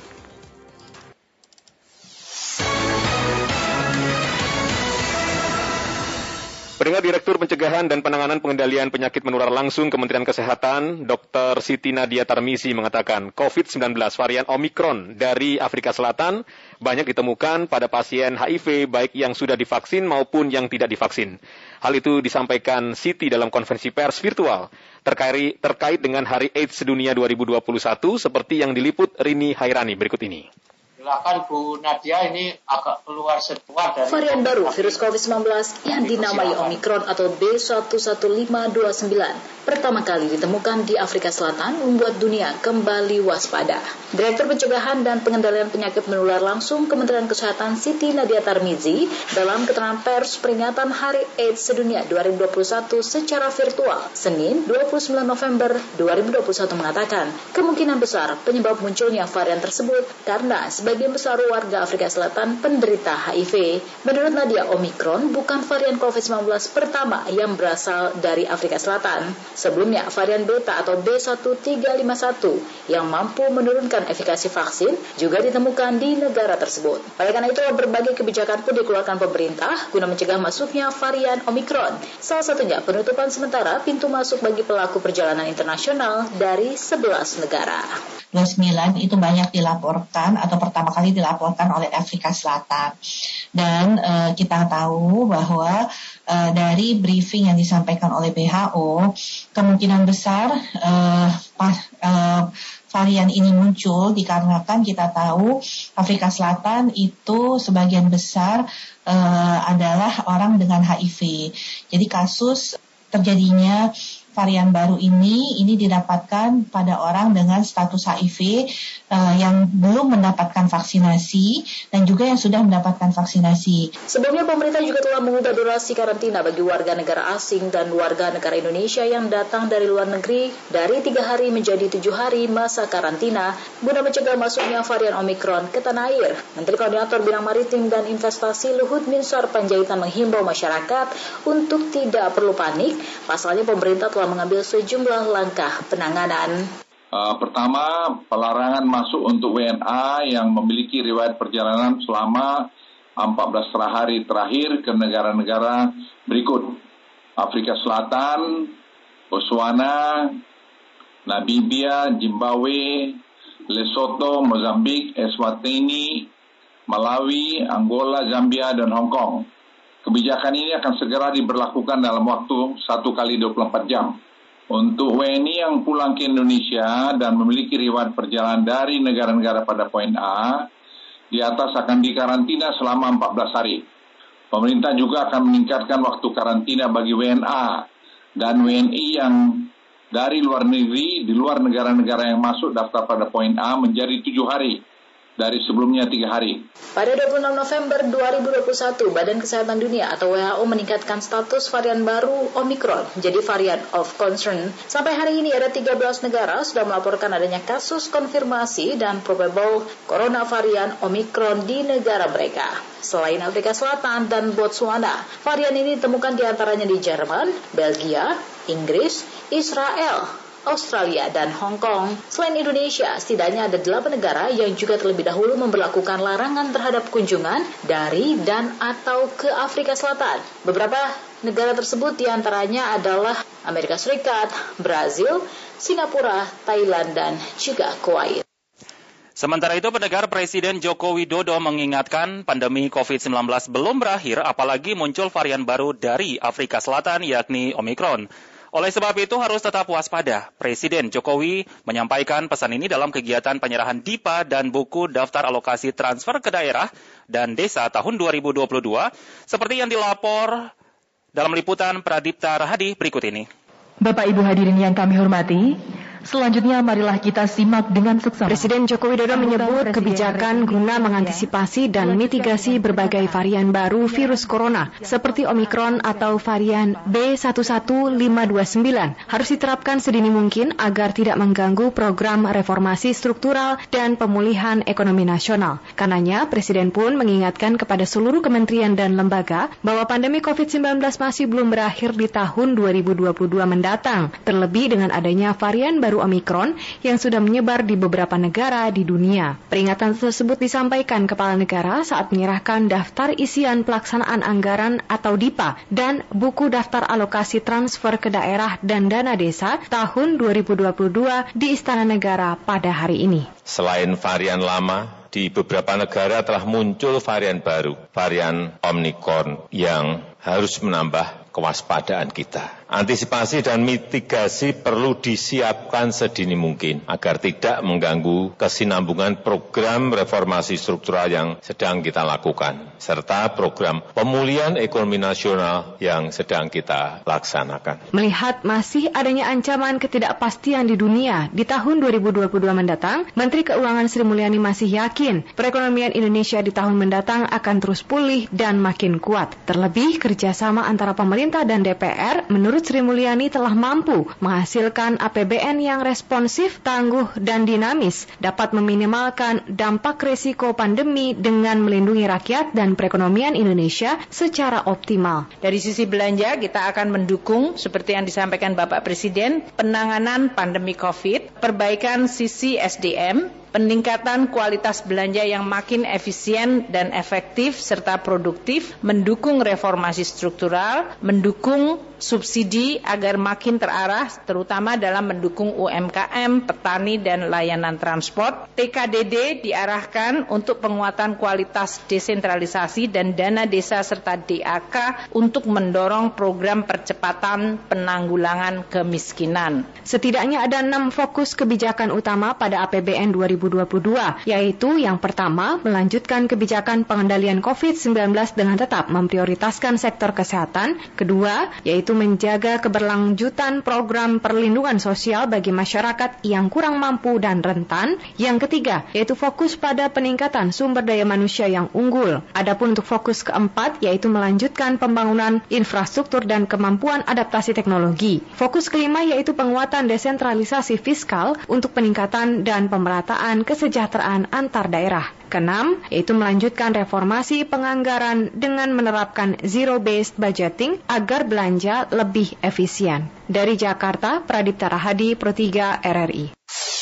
Pendengar, Direktur Pencegahan dan Penanganan Pengendalian Penyakit Menular Langsung Kementerian Kesehatan, Doktor Siti Nadia Tarmizi mengatakan covid sembilan belas varian Omikron dari Afrika Selatan banyak ditemukan pada pasien H I V baik yang sudah divaksin maupun yang tidak divaksin. Hal itu disampaikan Siti dalam konferensi pers virtual terkait, terkait dengan Hari AIDS Sedunia dua ribu dua puluh satu seperti yang diliput Rini Hairani berikut ini. Silakan Bu Nadia, ini agak keluar sedikit dari varian baru virus covid sembilan belas yang dinamai Omikron atau B satu satu lima dua sembilan pertama kali ditemukan di Afrika Selatan membuat dunia kembali waspada. Direktur Pencegahan dan Pengendalian Penyakit Menular Langsung Kementerian Kesehatan Siti Nadia Tarmizi dalam keterangan pers peringatan Hari AIDS Sedunia dua ribu dua puluh satu secara virtual Senin dua puluh sembilan November dua ribu dua puluh satu mengatakan kemungkinan besar penyebab munculnya varian tersebut karena sebagian sebagian besar warga Afrika Selatan penderita H I V. Menurut Nadia, Omikron bukan varian covid sembilan belas pertama yang berasal dari Afrika Selatan. Sebelumnya, varian Beta atau B satu tiga lima satu yang mampu menurunkan efikasi vaksin juga ditemukan di negara tersebut. Oleh karena itu, berbagai kebijakan pun dikeluarkan pemerintah guna mencegah masuknya varian Omikron. Salah satunya penutupan sementara pintu masuk bagi pelaku perjalanan internasional dari sebelas negara. dua puluh sembilan itu banyak dilaporkan atau pertama kali dilaporkan oleh Afrika Selatan. Dan e, kita tahu bahwa e, dari briefing yang disampaikan oleh W H O, kemungkinan besar e, pas, e, varian ini muncul dikarenakan kita tahu Afrika Selatan itu sebagian besar e, adalah orang dengan H I V. Jadi kasus terjadinya varian baru ini ini didapatkan pada orang dengan status H I V uh, yang belum mendapatkan vaksinasi dan juga yang sudah mendapatkan vaksinasi. Sebelumnya pemerintah juga telah mengubah durasi karantina bagi warga negara asing dan warga negara Indonesia yang datang dari luar negeri dari tiga hari menjadi tujuh hari masa karantina guna mencegah masuknya varian Omikron ke tanah air. Menteri Koordinator Bidang Maritim dan Investasi Luhut Binsar Panjaitan menghimbau masyarakat untuk tidak perlu panik. Pasalnya pemerintah telah mengambil sejumlah langkah penanganan. Uh, pertama, pelarangan masuk untuk W N A yang memiliki riwayat perjalanan selama empat belas hari terakhir ke negara-negara berikut: Afrika Selatan, Botswana, Namibia, Zimbabwe, Lesotho, Mozambik, Eswatini, Malawi, Angola, Zambia, dan Hong Kong. Kebijakan ini akan segera diberlakukan dalam waktu satu kali dua puluh empat jam. Untuk W N I yang pulang ke Indonesia dan memiliki riwayat perjalanan dari negara-negara pada poin A, di atas akan dikarantina selama empat belas hari. Pemerintah juga akan meningkatkan waktu karantina bagi W N A dan W N I yang dari luar negeri, di luar negara-negara yang masuk daftar pada poin A menjadi tujuh hari. Dari sebelumnya tiga hari. Pada dua puluh enam November dua ribu dua puluh satu, Badan Kesehatan Dunia atau W H O meningkatkan status varian baru Omikron menjadi varian of concern. Sampai hari ini ada tiga belas negara sudah melaporkan adanya kasus konfirmasi dan probable corona varian Omikron di negara mereka. Selain Afrika Selatan dan Botswana, varian ini ditemukan diantaranya di Jerman, Belgia, Inggris, Israel, Australia, dan Hong Kong. Selain Indonesia, setidaknya ada delapan negara yang juga terlebih dahulu memberlakukan larangan terhadap kunjungan dari dan atau ke Afrika Selatan. Beberapa negara tersebut diantaranya adalah Amerika Serikat, Brazil, Singapura, Thailand, dan juga Kuwait. Sementara itu, pendengar, Presiden Joko Widodo mengingatkan pandemi covid sembilan belas belum berakhir, apalagi muncul varian baru dari Afrika Selatan, yakni Omikron. Oleh sebab itu harus tetap waspada. Presiden Jokowi menyampaikan pesan ini dalam kegiatan penyerahan D I P A dan buku Daftar Alokasi Transfer ke Daerah dan Desa tahun dua ribu dua puluh dua, seperti yang dilapor dalam liputan Pradipta Rahadi berikut ini. Bapak Ibu hadirin yang kami hormati, selanjutnya marilah kita simak dengan seksama. Presiden Joko Widodo menyebut kebijakan guna mengantisipasi dan mitigasi berbagai varian baru virus corona seperti Omikron atau varian B satu satu lima dua sembilan harus diterapkan sedini mungkin agar tidak mengganggu program reformasi struktural dan pemulihan ekonomi nasional. Karenanya, Presiden pun mengingatkan kepada seluruh kementerian dan lembaga bahwa pandemi covid sembilan belas masih belum berakhir di tahun dua ribu dua puluh dua mendatang, terlebih dengan adanya varian baru Omikron yang sudah menyebar di beberapa negara di dunia. Peringatan tersebut disampaikan Kepala Negara saat menyerahkan daftar isian pelaksanaan anggaran atau D I P A dan buku daftar alokasi transfer ke daerah dan dana desa tahun dua ribu dua puluh dua di Istana Negara pada hari ini. Selain varian lama, di beberapa negara telah muncul varian baru, varian Omikron yang harus menambah kewaspadaan kita. Antisipasi dan mitigasi perlu disiapkan sedini mungkin agar tidak mengganggu kesinambungan program reformasi struktural yang sedang kita lakukan, serta program pemulihan ekonomi nasional yang sedang kita laksanakan. Melihat masih adanya ancaman ketidakpastian di dunia di tahun dua ribu dua puluh dua mendatang, Menteri Keuangan Sri Mulyani masih yakin perekonomian Indonesia di tahun mendatang akan terus pulih dan makin kuat. Terlebih kerjasama antara pemerintah dan D P R menurut Menurut Sri Mulyani telah mampu menghasilkan A P B N yang responsif, tangguh, dan dinamis, dapat meminimalkan dampak risiko pandemi dengan melindungi rakyat dan perekonomian Indonesia secara optimal. Dari sisi belanja, kita akan mendukung, seperti yang disampaikan Bapak Presiden, penanganan pandemi COVID, perbaikan sisi S D M, peningkatan kualitas belanja yang makin efisien dan efektif serta produktif, mendukung reformasi struktural, mendukung subsidi agar makin terarah, terutama dalam mendukung U M K M, petani, dan layanan transport. T K D D diarahkan untuk penguatan kualitas desentralisasi dan dana desa serta D A K untuk mendorong program percepatan penanggulangan kemiskinan. Setidaknya ada enam fokus kebijakan utama pada A P B N dua ribu dua puluh dua, yaitu yang pertama, melanjutkan kebijakan pengendalian covid sembilan belas dengan tetap memprioritaskan sektor kesehatan. Kedua, yaitu menjaga keberlanjutan program perlindungan sosial bagi masyarakat yang kurang mampu dan rentan. Yang ketiga, yaitu fokus pada peningkatan sumber daya manusia yang unggul. Adapun untuk fokus keempat, yaitu melanjutkan pembangunan infrastruktur dan kemampuan adaptasi teknologi. Fokus kelima, yaitu penguatan desentralisasi fiskal untuk peningkatan dan pemerataan kesejahteraan antar daerah. Keenam, yaitu melanjutkan reformasi penganggaran dengan menerapkan zero-based budgeting agar belanja lebih efisien. Dari Jakarta, Pradipta Rahadi, Pro tiga R R I.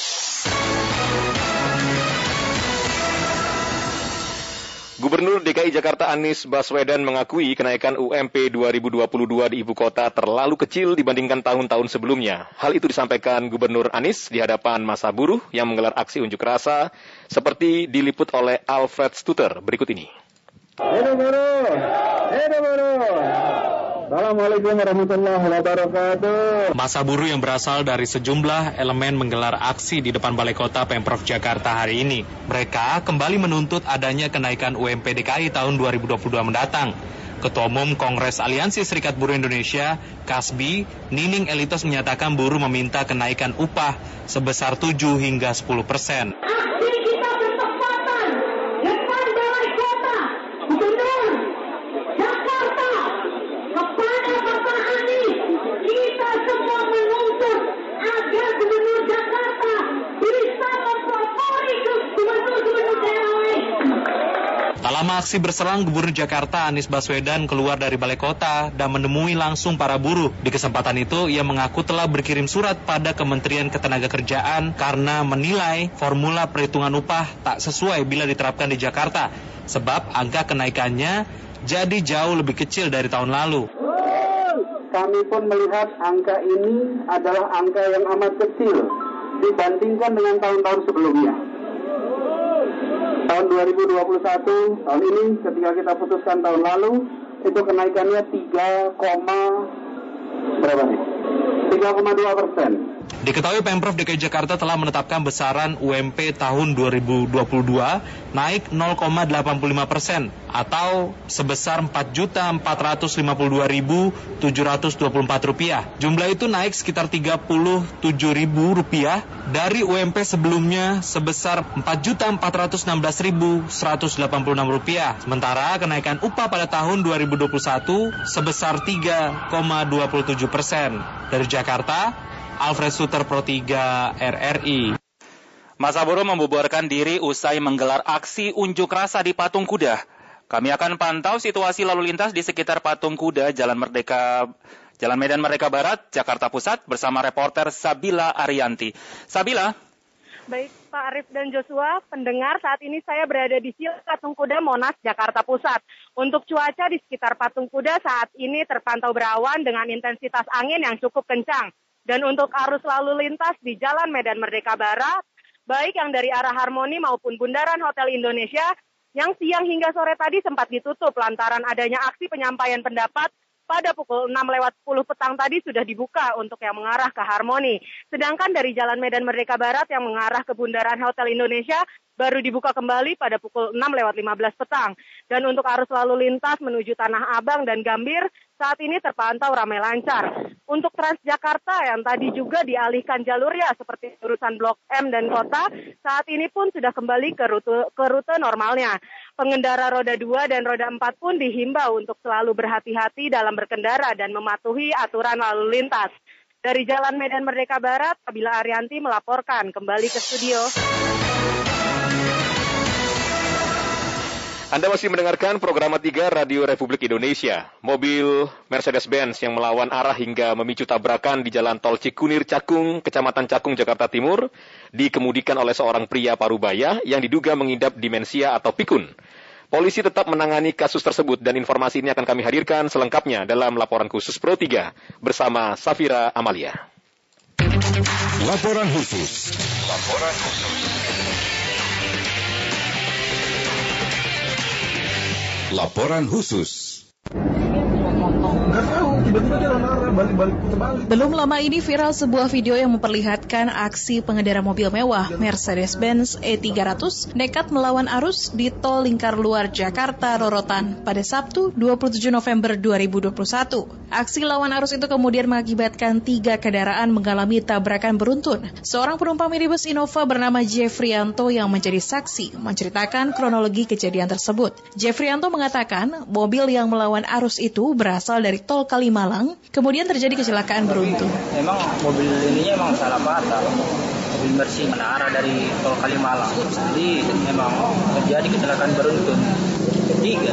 Gubernur D K I Jakarta Anies Baswedan mengakui kenaikan U M P dua ribu dua puluh dua di ibu kota terlalu kecil dibandingkan tahun-tahun sebelumnya. Hal itu disampaikan Gubernur Anies di hadapan massa buruh yang menggelar aksi unjuk rasa seperti diliput oleh Alfred Stuter berikut ini. Hidup buruh! Hidup buruh! Assalamualaikum warahmatullahi wabarakatuh. Massa buruh yang berasal dari sejumlah elemen menggelar aksi di depan Balai Kota Pemprov Jakarta hari ini. Mereka kembali menuntut adanya kenaikan U M P D K I tahun dua ribu dua puluh dua mendatang. Ketua Umum Kongres Aliansi Serikat Buruh Indonesia, Kasbi, Nining Elitos menyatakan buruh meminta kenaikan upah sebesar tujuh hingga sepuluh persen. Aksi kita bertepatan depan Balai Kota, Gubernur Jakarta, kepada Bapak Anies. Kita semua menuntut agar Gubernur Jakarta bisa mempelopori ke gubernur-gubernur daerah lain. Tak lama aksi berserang, Gubernur Jakarta Anies Baswedan keluar dari Balai Kota dan menemui langsung para buruh. Di kesempatan itu, ia mengaku telah berkirim surat pada Kementerian Ketenagakerjaan karena menilai formula perhitungan upah tak sesuai bila diterapkan di Jakarta, sebab angka kenaikannya jadi jauh lebih kecil dari tahun lalu. Kami pun melihat angka ini adalah angka yang amat kecil dibandingkan dengan tahun-tahun sebelumnya. Tahun dua ribu dua puluh satu, tahun ini ketika kita putuskan tahun lalu, itu kenaikannya tiga, berapa nih? tiga koma dua persen. Diketahui Pemprov D K I Jakarta telah menetapkan besaran U M P tahun dua ribu dua puluh dua naik nol koma delapan puluh lima persen atau sebesar empat juta empat ratus lima puluh dua ribu tujuh ratus dua puluh empat rupiah. Jumlah itu naik sekitar tiga puluh tujuh ribu rupiah dari U M P sebelumnya sebesar empat juta empat ratus enam belas ribu seratus delapan puluh enam rupiah. Sementara kenaikan upah pada tahun dua ribu dua puluh satu sebesar tiga koma dua puluh tujuh persen. Dari Jakarta, Alfred Suter, Pro tiga R R I. Massa buruh membubarkan diri usai menggelar aksi unjuk rasa di Patung Kuda. Kami akan pantau situasi lalu lintas di sekitar Patung Kuda, Jalan Merdeka, Jalan Medan Merdeka Barat, Jakarta Pusat bersama reporter Sabila Ariyanti. Sabila. Baik, Pak Arif dan Joshua, pendengar, saat ini saya berada di Sil Patung Kuda Monas, Jakarta Pusat. Untuk cuaca di sekitar Patung Kuda saat ini terpantau berawan dengan intensitas angin yang cukup kencang. Dan untuk arus lalu lintas di Jalan Medan Merdeka Barat, baik yang dari arah Harmoni maupun Bundaran Hotel Indonesia, yang siang hingga sore tadi sempat ditutup lantaran adanya aksi penyampaian pendapat pada pukul enam lewat sepuluh petang tadi sudah dibuka untuk yang mengarah ke Harmoni. Sedangkan dari Jalan Medan Merdeka Barat yang mengarah ke Bundaran Hotel Indonesia baru dibuka kembali pada pukul enam lewat lima belas petang. Dan untuk arus lalu lintas menuju Tanah Abang dan Gambir saat ini terpantau ramai lancar. Untuk Transjakarta yang tadi juga dialihkan jalurnya seperti jurusan Blok M dan Kota, saat ini pun sudah kembali ke rute, ke rute normalnya. Pengendara roda dua dan roda empat pun dihimbau untuk selalu berhati-hati dalam berkendara dan mematuhi aturan lalu lintas. Dari Jalan Medan Merdeka Barat, Kabila Arianti melaporkan kembali ke studio. Anda masih mendengarkan program tiga Radio Republik Indonesia. Mobil Mercedes-Benz yang melawan arah hingga memicu tabrakan di Jalan Tol Cikunir Cakung, Kecamatan Cakung, Jakarta Timur, dikemudikan oleh seorang pria parubaya yang diduga mengidap demensia atau pikun. Polisi tetap menangani kasus tersebut dan informasi ini akan kami hadirkan selengkapnya dalam laporan khusus Pro tiga bersama Safira Amalia. Laporan khusus. Laporan khusus. Laporan khusus. Nggak tahu, tiba-tiba dia lari balik-balik terbalik. Belum lama ini viral sebuah video yang memperlihatkan aksi pengendara mobil mewah Mercedes-Benz E tiga ratus nekat melawan arus di tol lingkar luar Jakarta Rorotan pada Sabtu dua puluh tujuh November dua ribu dua puluh satu. Aksi lawan arus itu kemudian mengakibatkan tiga kendaraan mengalami tabrakan beruntun. Seorang penumpang minibus Innova bernama Jeffrianto yang menjadi saksi menceritakan kronologi kejadian tersebut. Jeffrianto mengatakan mobil yang melawan arus itu berasal dari tol Kalimalang, kemudian terjadi kecelakaan beruntun. Memang mobil ininya memang salah patah, mobil Mercy menarah dari tol Kalimalang, jadi memang terjadi kecelakaan beruntun. Tiga,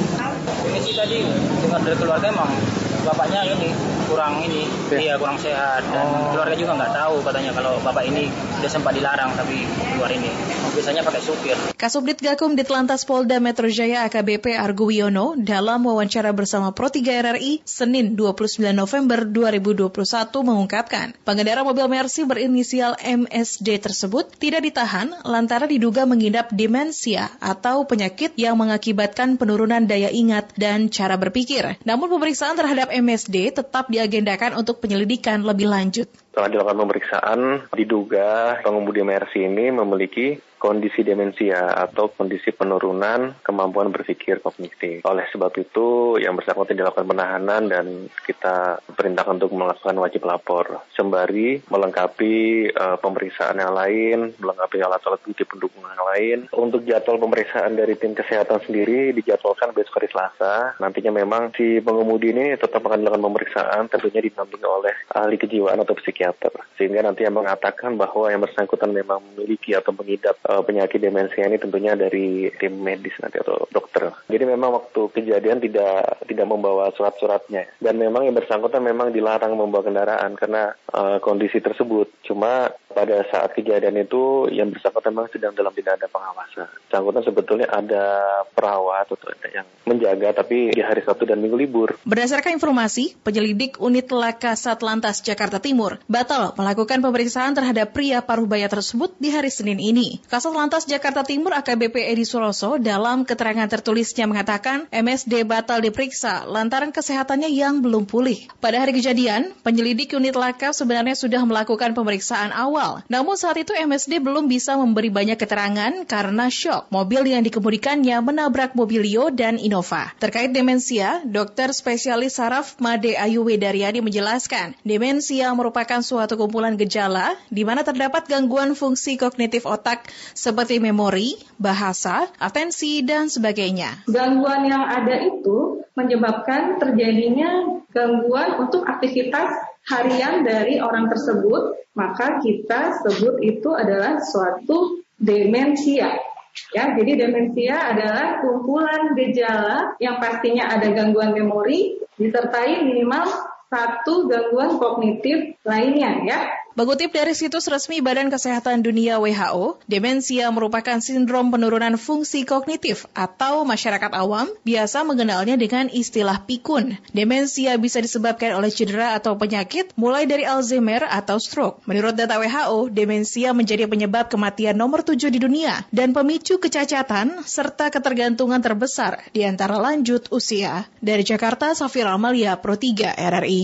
ini sih tadi dengar dari keluarga emang bapaknya ini kurang ini, iya kurang sehat dan oh. keluarga juga nggak tahu katanya kalau bapak ini sudah sempat dilarang tapi keluar ini biasanya pakai supir. Kasubdit Gakum Ditlantas Polda Metro Jaya A K B P Argo Wiono dalam wawancara bersama Pro tiga R R I Senin dua puluh sembilan November dua ribu dua puluh satu mengungkapkan pengendara mobil Mercy berinisial M S D tersebut tidak ditahan lantaran diduga mengidap demensia atau penyakit yang mengakibatkan penurunan daya ingat dan cara berpikir. Namun pemeriksaan terhadap M S D tetap diagendakan untuk penyelidikan lebih lanjut. Setelah dilakukan pemeriksaan, diduga pengemudi Mercy ini memiliki kondisi demensia atau kondisi penurunan kemampuan berpikir kognitif. Oleh sebab itu, yang bersangkutan dilakukan penahanan dan kita perintahkan untuk melakukan wajib lapor. Sembari melengkapi uh, pemeriksaan yang lain, melengkapi alat-alat bukti pendukung yang lain. Untuk jadwal pemeriksaan dari tim kesehatan sendiri dijadwalkan besok hari Selasa. Nantinya memang si pengemudi ini tetap akan dilakukan pemeriksaan, tentunya didampingi oleh ahli kejiwaan atau psikiater. Sehingga nanti yang mengatakan bahwa yang bersangkutan memang memiliki atau mengidap penyakit demensia ini tentunya dari tim medis nanti atau dokter. Jadi memang waktu kejadian tidak tidak membawa surat-suratnya dan memang yang bersangkutan memang dilarang membawa kendaraan karena uh, kondisi tersebut. Cuma pada saat kejadian itu yang bersangkutan memang sedang dalam tidak ada pengawasan. Bersangkutan sebetulnya ada perawat atau ada yang menjaga tapi di hari Sabtu dan Minggu libur. Berdasarkan informasi, penyelidik unit Laka Satlantas Jakarta Timur batal melakukan pemeriksaan terhadap pria parubaya tersebut di hari Senin ini. Kasatlantas Jakarta Timur A K B P Edi Suroso dalam keterangan tertulisnya mengatakan M S D batal diperiksa lantaran kesehatannya yang belum pulih. Pada hari kejadian, penyelidik unit Laka sebenarnya sudah melakukan pemeriksaan awal. Namun saat itu M S D belum bisa memberi banyak keterangan karena syok. Mobil yang dikemudikannya menabrak Mobilio dan Innova. Terkait demensia, dokter spesialis saraf Made Ayu Wedaryani menjelaskan, demensia merupakan suatu kumpulan gejala di mana terdapat gangguan fungsi kognitif otak seperti memori, bahasa, atensi, dan sebagainya. Gangguan yang ada itu menyebabkan terjadinya gangguan untuk aktivitas harian dari orang tersebut, maka kita sebut itu adalah suatu demensia. Ya, jadi demensia adalah kumpulan gejala yang pastinya ada gangguan memori disertai minimal satu gangguan kognitif lainnya ya. Mengutip dari situs resmi Badan Kesehatan Dunia W H O, demensia merupakan sindrom penurunan fungsi kognitif atau masyarakat awam biasa mengenalnya dengan istilah pikun. Demensia bisa disebabkan oleh cedera atau penyakit mulai dari Alzheimer atau stroke. Menurut data W H O, demensia menjadi penyebab kematian nomor tujuh di dunia dan pemicu kecacatan serta ketergantungan terbesar di antara lanjut usia. Dari Jakarta, Safira Amalia, Pro tiga R R I.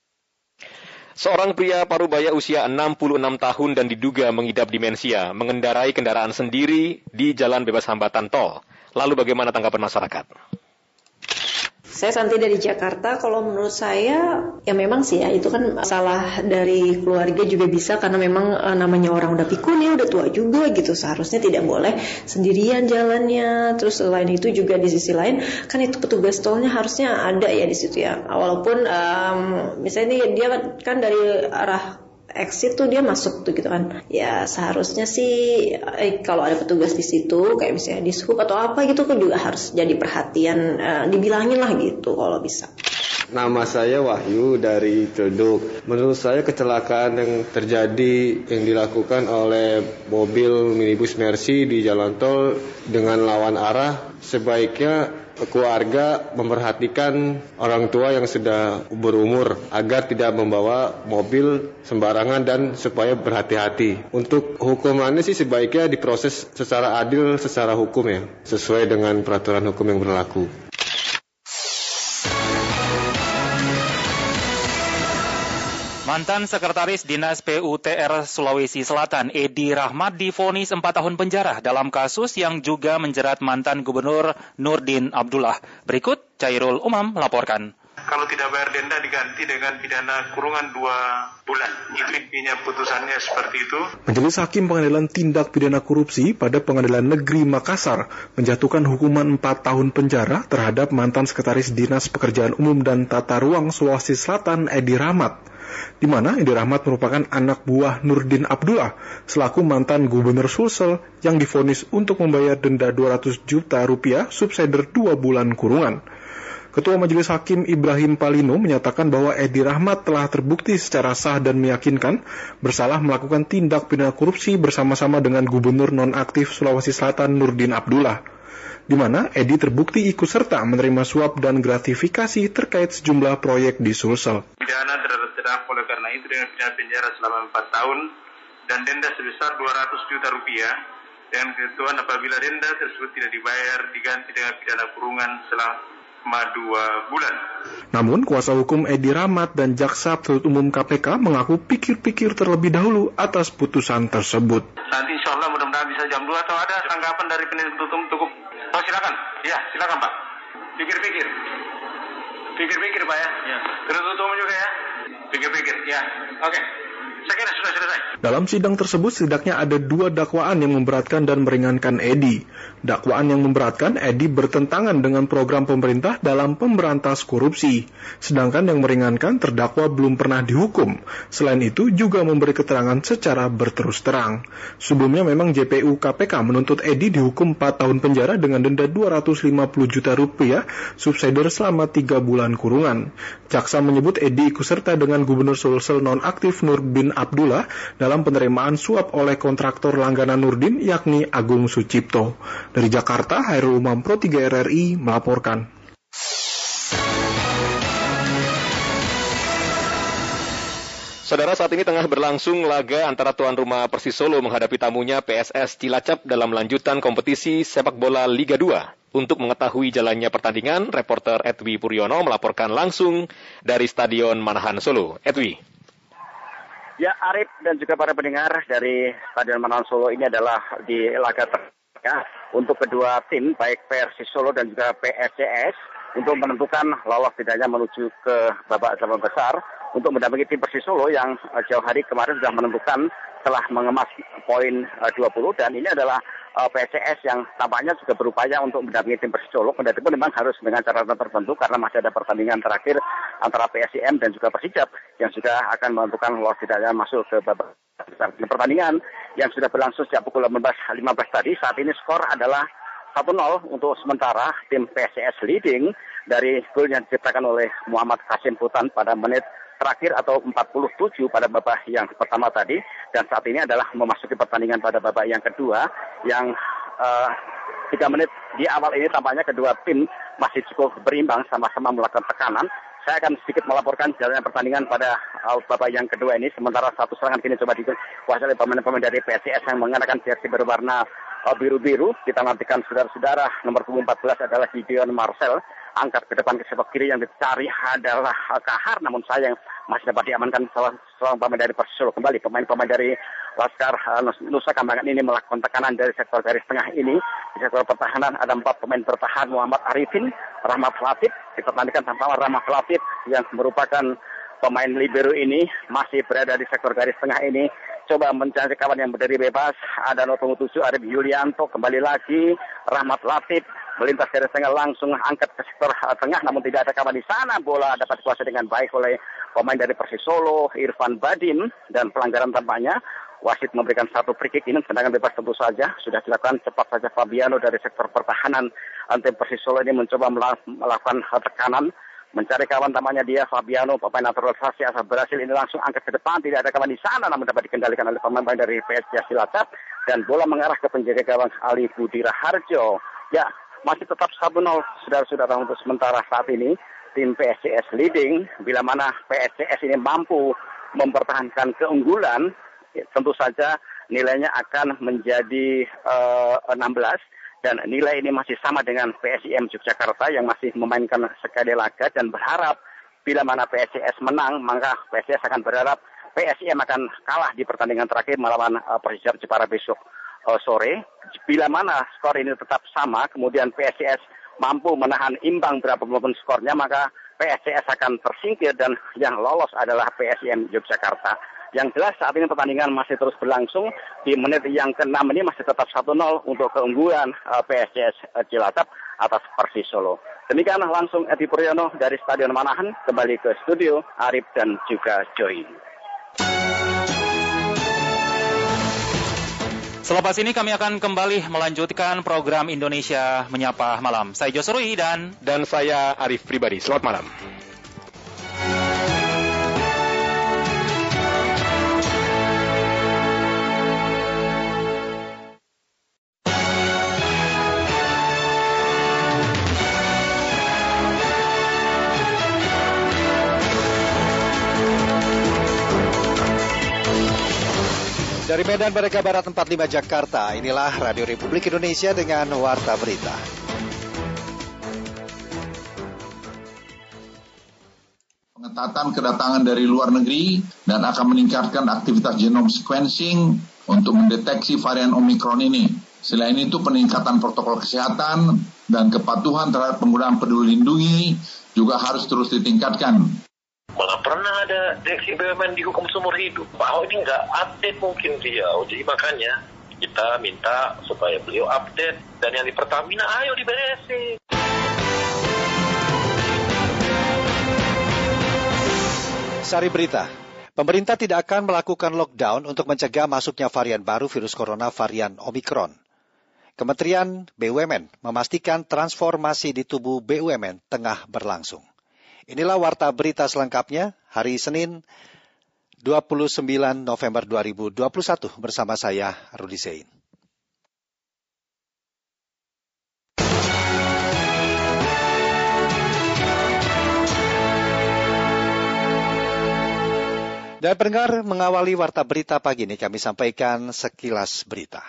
Seorang pria parubaya usia enam puluh enam tahun dan diduga mengidap demensia mengendarai kendaraan sendiri di jalan bebas hambatan tol. Lalu bagaimana tanggapan masyarakat? Saya Santi dari Jakarta. Kalau menurut saya ya memang sih ya itu kan salah dari keluarga juga bisa, karena memang uh, namanya orang udah pikun ya, udah tua juga gitu, seharusnya tidak boleh sendirian jalannya. Terus selain itu juga di sisi lain kan itu petugas tolnya harusnya ada ya di situ ya, walaupun um, misalnya dia kan dari arah exit tuh dia masuk tuh gitu kan. Ya seharusnya sih eh, kalau ada petugas di situ kayak misalnya di sub atau apa gitu kan juga harus jadi perhatian, eh, dibilangin lah gitu kalau bisa. Nama saya Wahyu dari Cilduk. Menurut saya kecelakaan yang terjadi yang dilakukan oleh mobil minibus Mercy di jalan tol dengan lawan arah, sebaiknya keluarga memperhatikan orang tua yang sudah berumur agar tidak membawa mobil sembarangan dan supaya berhati-hati. Untuk hukumannya sih sebaiknya diproses secara adil, secara hukum ya, sesuai dengan peraturan hukum yang berlaku. Mantan Sekretaris Dinas P U T R Sulawesi Selatan, Edi Rahmat, divonis empat tahun penjara dalam kasus yang juga menjerat mantan Gubernur Nurdin Abdullah. Berikut Cairul Umam melaporkan. Kalau tidak bayar denda diganti dengan pidana kurungan dua bulan. Itu intinya putusannya seperti itu. Majelis Hakim Pengadilan Tindak Pidana Korupsi pada Pengadilan Negeri Makassar menjatuhkan hukuman empat tahun penjara terhadap mantan Sekretaris Dinas Pekerjaan Umum dan Tata Ruang Sulawesi Selatan, Edi Rahmat, di mana Edi Rahmat merupakan anak buah Nurdin Abdullah selaku mantan Gubernur Sulsel yang divonis untuk membayar denda dua ratus juta rupiah subsidiar dua bulan kurungan. Ketua Majelis Hakim Ibrahim Palino menyatakan bahwa Edi Rahmat telah terbukti secara sah dan meyakinkan bersalah melakukan tindak pidana korupsi bersama-sama dengan Gubernur nonaktif Sulawesi Selatan Nurdin Abdullah, di mana Edi terbukti ikut serta menerima suap dan gratifikasi terkait sejumlah proyek di Sulsel. Pidana terhadap terdakwa oleh karena itu dengan pidana penjara selama empat tahun dan denda sebesar dua ratus juta rupiah. Dan ketentuan apabila denda tersebut tidak dibayar diganti dengan pidana kurungan selama dua bulan. Namun, kuasa hukum Edi Rahmat dan Jaksa Penuntut Umum K P K mengaku pikir-pikir terlebih dahulu atas putusan tersebut. Nanti insya Allah mudah-mudahan bisa jam dua atau ada tanggapan dari penuntut umum cukup. Oh silakan, ya silakan Pak. Pikir-pikir, pikir-pikir Pak ya. ya. Penuntut umum juga ya. Pikir-pikir, ya. Oke. Okay. Saya kira sudah selesai. Dalam sidang tersebut setidaknya ada dua dakwaan yang memberatkan dan meringankan Edi. Dakwaan yang memberatkan, Edi bertentangan dengan program pemerintah dalam pemberantas korupsi. Sedangkan yang meringankan, terdakwa belum pernah dihukum. Selain itu juga memberi keterangan secara berterus terang. Sebelumnya memang J P U K P K menuntut Edi dihukum empat tahun penjara dengan denda dua ratus lima puluh juta rupiah subsidiar selama tiga bulan kurungan. Jaksa menyebut Edi ikut serta dengan Gubernur Sulsel nonaktif Nurdin Abdullah dalam penerimaan suap oleh kontraktor langganan Nurdin yakni Agung Sucipto. Dari Jakarta, Hairul Umam, Pro tiga R R I melaporkan. Saudara, saat ini tengah berlangsung laga antara tuan rumah Persis Solo menghadapi tamunya P S S Cilacap dalam lanjutan kompetisi sepak bola Liga dua. Untuk mengetahui jalannya pertandingan, reporter Edwi Puryono melaporkan langsung dari Stadion Manahan Solo. Edwi. Ya, Arif dan juga para pendengar dari Stadion Manahan Solo, ini adalah di laga terakhir untuk kedua tim, baik Persis Solo dan juga P S C S, untuk menentukan lolos tidaknya menuju ke babak delapan besar untuk mendampingi tim Persis Solo yang jauh hari kemarin sudah menentukan telah mengemas poin dua puluh, dan ini adalah P S C S yang tampaknya juga berupaya untuk mendampingi tim Persis Solo, kendati pun memang harus dengan catatan tertentu karena masih ada pertandingan terakhir antara P S I M dan juga Persijap yang juga akan menentukan lolos tidaknya masuk ke babak besar. Pertandingan yang sudah berlangsung sejak pukul delapan belas lima belas tadi, saat ini skor adalah satu nol untuk sementara tim P S C S leading dari gol yang diciptakan oleh Muhammad Kasim Putan pada menit terakhir atau empat puluh tujuh pada babak yang pertama tadi, dan saat ini adalah memasuki pertandingan pada babak yang kedua yang uh, tiga menit di awal ini tampaknya kedua tim masih cukup berimbang, sama-sama melakukan tekanan. Saya akan sedikit melaporkan jalannya pertandingan pada uh, babak yang kedua ini, sementara satu serangan kini coba dikuasai oleh pemain-pemain dari P S C S yang mengenakan jersey berwarna uh, biru-biru. Kita nantikan saudara-saudara, nomor punggung empat belas adalah Gideon Marcel, angkat ke depan ke sebelah kiri, yang dicari adalah Kahar, namun sayang masih dapat diamankan salah seorang pemain dari Persis Solo. Kembali pemain-pemain dari Laskar Nusa Kambangan ini melakukan tekanan dari sektor garis tengah ini. Di sektor pertahanan ada empat pemain bertahan, Muhammad Arifin, Rahmat Latif, dipertandingkan tanpa Rahmat Latif yang merupakan pemain libero ini masih berada di sektor garis tengah ini. Coba mencari kawan yang berdiri bebas. Ada nomor tujuh Arif Yulianto, kembali lagi Rahmat Latif melintas garis tengah langsung angkat ke sektor tengah, namun tidak ada kawan di sana. Bola dapat dikuasai dengan baik oleh pemain dari Persis Solo, Irfan Badim, dan pelanggaran tampaknya. Wasit memberikan satu free kick ini, tendangan bebas tentu saja sudah dilakukan. Cepat saja Fabiano dari sektor pertahanan tim Persis Solo ini mencoba melakukan tekanan, mencari kawan tampaknya dia Fabiano, pemain naturalisasi asal Brasil ini langsung angkat ke depan. Tidak ada kawan di sana, namun dapat dikendalikan oleh pemain dari P S J Cilacap dan bola mengarah ke penjaga gawang Ali Budi Raharjo. Ya, masih tetap satu nol saudara-saudara untuk sementara saat ini. Tim P S C S leading, bila mana P S C S ini mampu mempertahankan keunggulan, tentu saja nilainya akan menjadi uh, enam belas dan nilai ini masih sama dengan P S I M Yogyakarta yang masih memainkan sekali laga dan berharap bila mana P S C S menang maka P S C S akan berharap P S I M akan kalah di pertandingan terakhir melawan uh, Persija Jepara besok uh, sore. Bila mana skor ini tetap sama kemudian P S C S mampu menahan imbang berapapun skornya maka P S C S akan tersingkir dan yang lolos adalah P S I M Yogyakarta. Yang jelas saat ini pertandingan masih terus berlangsung. Di menit yang keenam ini masih tetap satu nol untuk keunggulan uh, P S C S uh, Cilacap atas Persis Solo. Demikian langsung Edi Puryono dari Stadion Manahan kembali ke studio Arif dan juga Joy. Selepas ini kami akan kembali melanjutkan program Indonesia Menyapa Malam. Saya Josurui dan dan saya Arif pribadi. Selamat malam. Dari Medan Merdeka Barat empat puluh lima Jakarta, inilah Radio Republik Indonesia dengan Warta Berita. Pengetatan kedatangan dari luar negeri dan akan meningkatkan aktivitas genome sequencing untuk mendeteksi varian Omicron ini. Selain itu peningkatan protokol kesehatan dan kepatuhan terhadap penggunaan Peduli Lindungi juga harus terus ditingkatkan. Malah pernah ada direksi B U M N dihukum seumur hidup. Pak Ahok ini nggak update mungkin dia. Jadi makanya kita minta supaya beliau update. Dan yang di Pertamina, ayo diberesin. Sari berita. Pemerintah tidak akan melakukan lockdown untuk mencegah masuknya varian baru virus corona varian Omicron. Kementerian B U M N memastikan transformasi di tubuh B U M N tengah berlangsung. Inilah Warta Berita selengkapnya hari Senin dua puluh sembilan November dua ribu dua puluh satu bersama saya Rudi Zain. Dan pendengar, mengawali Warta Berita pagi ini kami sampaikan sekilas berita.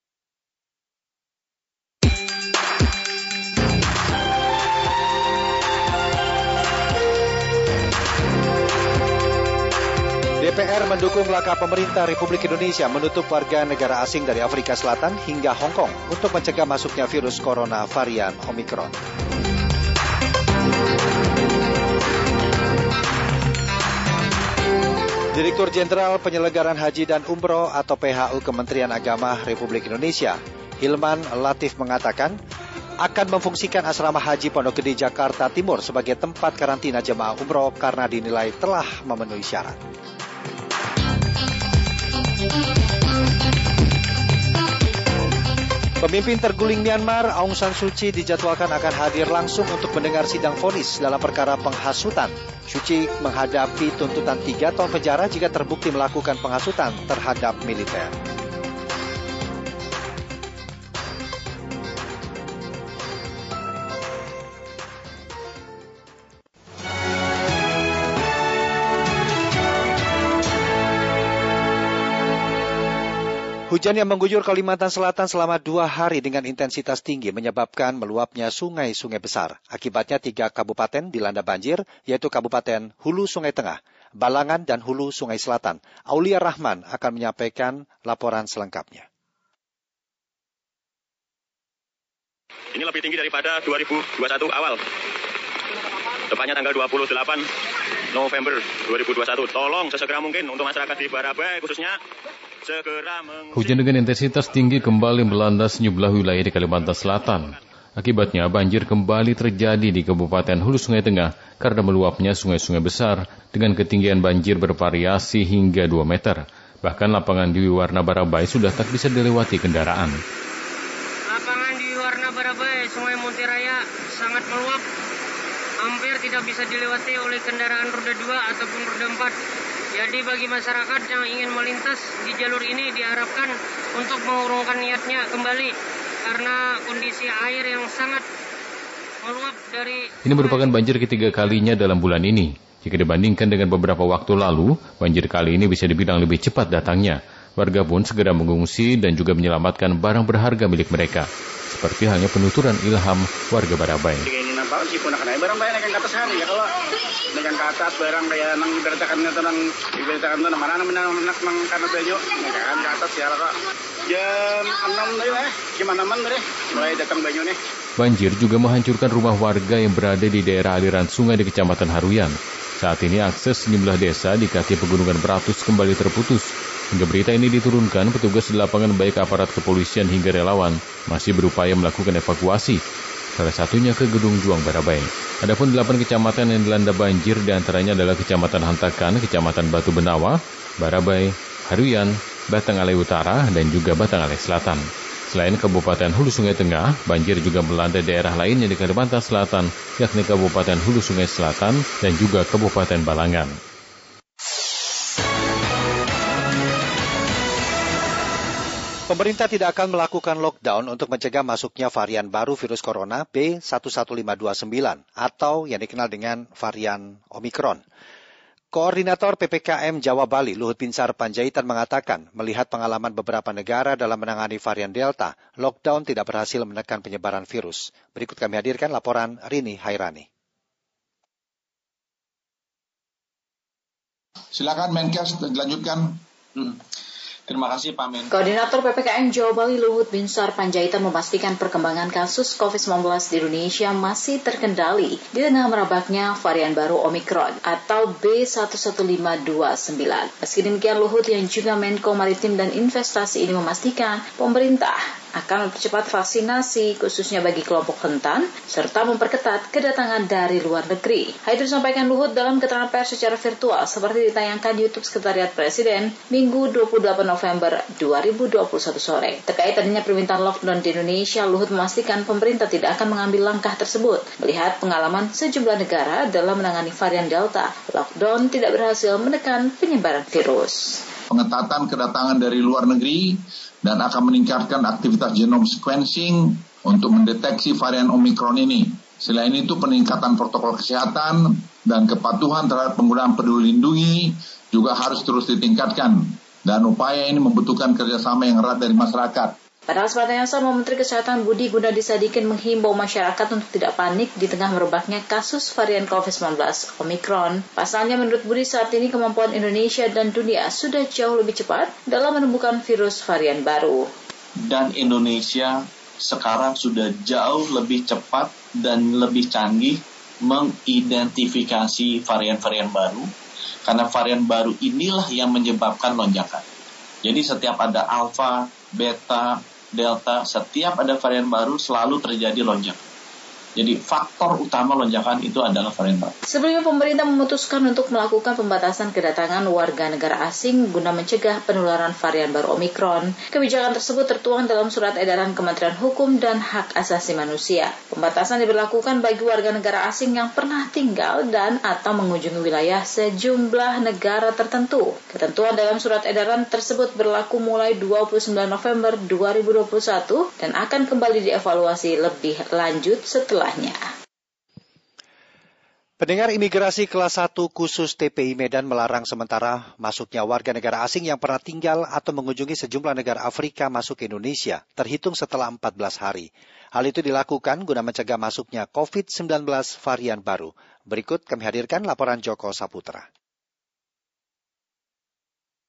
D P R mendukung langkah pemerintah Republik Indonesia menutup warga negara asing dari Afrika Selatan hingga Hong Kong untuk mencegah masuknya virus corona varian Omicron. Direktur Jenderal Penyelenggaraan Haji dan Umroh atau P H U Kementerian Agama Republik Indonesia, Hilman Latif mengatakan, akan memfungsikan asrama haji Pondok Gede Jakarta Timur sebagai tempat karantina jemaah umroh karena dinilai telah memenuhi syarat. Pemimpin terguling Myanmar, Aung San Suu Kyi dijadwalkan akan hadir langsung untuk mendengar sidang vonis dalam perkara penghasutan. Suu Kyi menghadapi tuntutan tiga tahun penjara jika terbukti melakukan penghasutan terhadap militer. Hujan yang mengguyur Kalimantan Selatan selama dua hari dengan intensitas tinggi menyebabkan meluapnya sungai-sungai besar. Akibatnya tiga kabupaten dilanda banjir, yaitu Kabupaten Hulu Sungai Tengah, Balangan dan Hulu Sungai Selatan. Aulia Rahman akan menyampaikan laporan selengkapnya. Ini lebih tinggi daripada dua ribu dua puluh satu awal. Tepatnya tanggal dua puluh delapan November dua ribu dua puluh satu. Tolong sesegera mungkin untuk masyarakat di Barabai khususnya segera meng... Hujan dengan intensitas tinggi kembali melanda sejumlah wilayah di Kalimantan Selatan. Akibatnya banjir kembali terjadi di Kabupaten Hulu Sungai Tengah karena meluapnya sungai-sungai besar dengan ketinggian banjir bervariasi hingga dua meter. Bahkan lapangan di Warna Barabai sudah tak bisa dilewati kendaraan. Lapangan di Warna Barabai, Sungai Muntiraya sangat meluap. Hampir tidak bisa dilewati oleh kendaraan roda dua ataupun roda empat. Jadi bagi masyarakat yang ingin melintas di jalur ini diharapkan untuk mengurungkan niatnya kembali karena kondisi air yang sangat meluap dari... Ini merupakan banjir ketiga kalinya dalam bulan ini. Jika dibandingkan dengan beberapa waktu lalu, banjir kali ini bisa dibilang lebih cepat datangnya. Warga pun segera mengungsi dan juga menyelamatkan barang berharga milik mereka. Seperti halnya penuturan ilham warga Barabai. Ini nampak sih punak naik barang banyak yang ke atas hari ya, kalau dengan ke atas barang kayak nang ibaratkan itu nang ibaratkan itu mana nang nang nang karena banyak kan ke atas ya kok. Jam enam tadi lah, gimana man tadi mulai datang banyu nih. Banjir juga menghancurkan rumah warga yang berada di daerah aliran sungai di Kecamatan Haruyan. Saat ini akses sejumlah desa di kaki pegunungan Beratus kembali terputus. Hingga berita ini diturunkan, petugas di lapangan baik aparat kepolisian hingga relawan masih berupaya melakukan evakuasi. Salah satunya ke Gedung Juang Barabai. Adapun delapan kecamatan yang dilanda banjir diantaranya adalah Kecamatan Hantakan, Kecamatan Batu Benawa, Barabai, Haruyan, Batangalai Utara, dan juga Batangalai Selatan. Selain Kabupaten Hulu Sungai Tengah, banjir juga melanda daerah lainnya di Kalimantan Selatan, yakni Kabupaten Hulu Sungai Selatan dan juga Kabupaten Balangan. Pemerintah tidak akan melakukan lockdown untuk mencegah masuknya varian baru virus corona B satu satu lima dua sembilan atau yang dikenal dengan varian Omikron. Koordinator P P K M Jawa Bali, Luhut Binsar Panjaitan mengatakan, melihat pengalaman beberapa negara dalam menangani varian Delta, lockdown tidak berhasil menekan penyebaran virus. Berikut kami hadirkan laporan Rini Hairani. Silakan Menkes dilanjutkan. Hmm. Terima kasih Pak Men. Koordinator P P K M Jawa Bali Luhut Binsar Panjaitan memastikan perkembangan kasus covid sembilan belas di Indonesia masih terkendali di tengah merebaknya varian baru Omikron atau B satu satu lima dua sembilan. Meski demikian, Luhut yang juga Menko Maritim dan Investasi ini memastikan pemerintah akan mempercepat vaksinasi khususnya bagi kelompok rentan serta memperketat kedatangan dari luar negeri. Hal itu disampaikan Luhut dalam keterangan pers secara virtual seperti ditayangkan di YouTube Sekretariat Presiden Minggu dua puluh delapan November dua ribu dua puluh satu sore. Terkait adanya permintaan lockdown di Indonesia, Luhut memastikan pemerintah tidak akan mengambil langkah tersebut. Melihat pengalaman sejumlah negara dalam menangani varian Delta, lockdown tidak berhasil menekan penyebaran virus. Pengetatan kedatangan dari luar negeri dan akan meningkatkan aktivitas genome sequencing untuk mendeteksi varian Omikron ini. Selain itu, peningkatan protokol kesehatan dan kepatuhan terhadap penggunaan Peduli Lindungi juga harus terus ditingkatkan. Dan upaya ini membutuhkan kerjasama yang erat dari masyarakat. Pada kesempatan yang sama, Menteri Kesehatan Budi Gunadi Sadikin menghimbau masyarakat untuk tidak panik di tengah merebaknya kasus varian covid sembilan belas Omikron. Pasalnya, menurut Budi, saat ini kemampuan Indonesia dan dunia sudah jauh lebih cepat dalam menemukan virus varian baru. Dan Indonesia sekarang sudah jauh lebih cepat dan lebih canggih mengidentifikasi varian-varian baru. Karena varian baru inilah yang menyebabkan lonjakan. Jadi setiap ada alfa, beta, delta, setiap ada varian baru selalu terjadi lonjakan. Jadi faktor utama lonjakan itu adalah varian baru. Sebelumnya pemerintah memutuskan untuk melakukan pembatasan kedatangan warga negara asing guna mencegah penularan varian baru Omikron. Kebijakan tersebut tertuang dalam surat edaran Kementerian Hukum dan Hak Asasi Manusia. Pembatasan diberlakukan bagi warga negara asing yang pernah tinggal dan atau mengunjungi wilayah sejumlah negara tertentu. Ketentuan dalam surat edaran tersebut berlaku mulai dua puluh sembilan November dua ribu dua puluh satu dan akan kembali dievaluasi lebih lanjut setelah Pendengar, imigrasi kelas satu khusus T P I Medan melarang sementara masuknya warga negara asing yang pernah tinggal atau mengunjungi sejumlah negara Afrika masuk ke Indonesia, terhitung setelah empat belas hari. Hal itu dilakukan guna mencegah masuknya covid sembilan belas varian baru. Berikut kami hadirkan laporan Joko Saputra.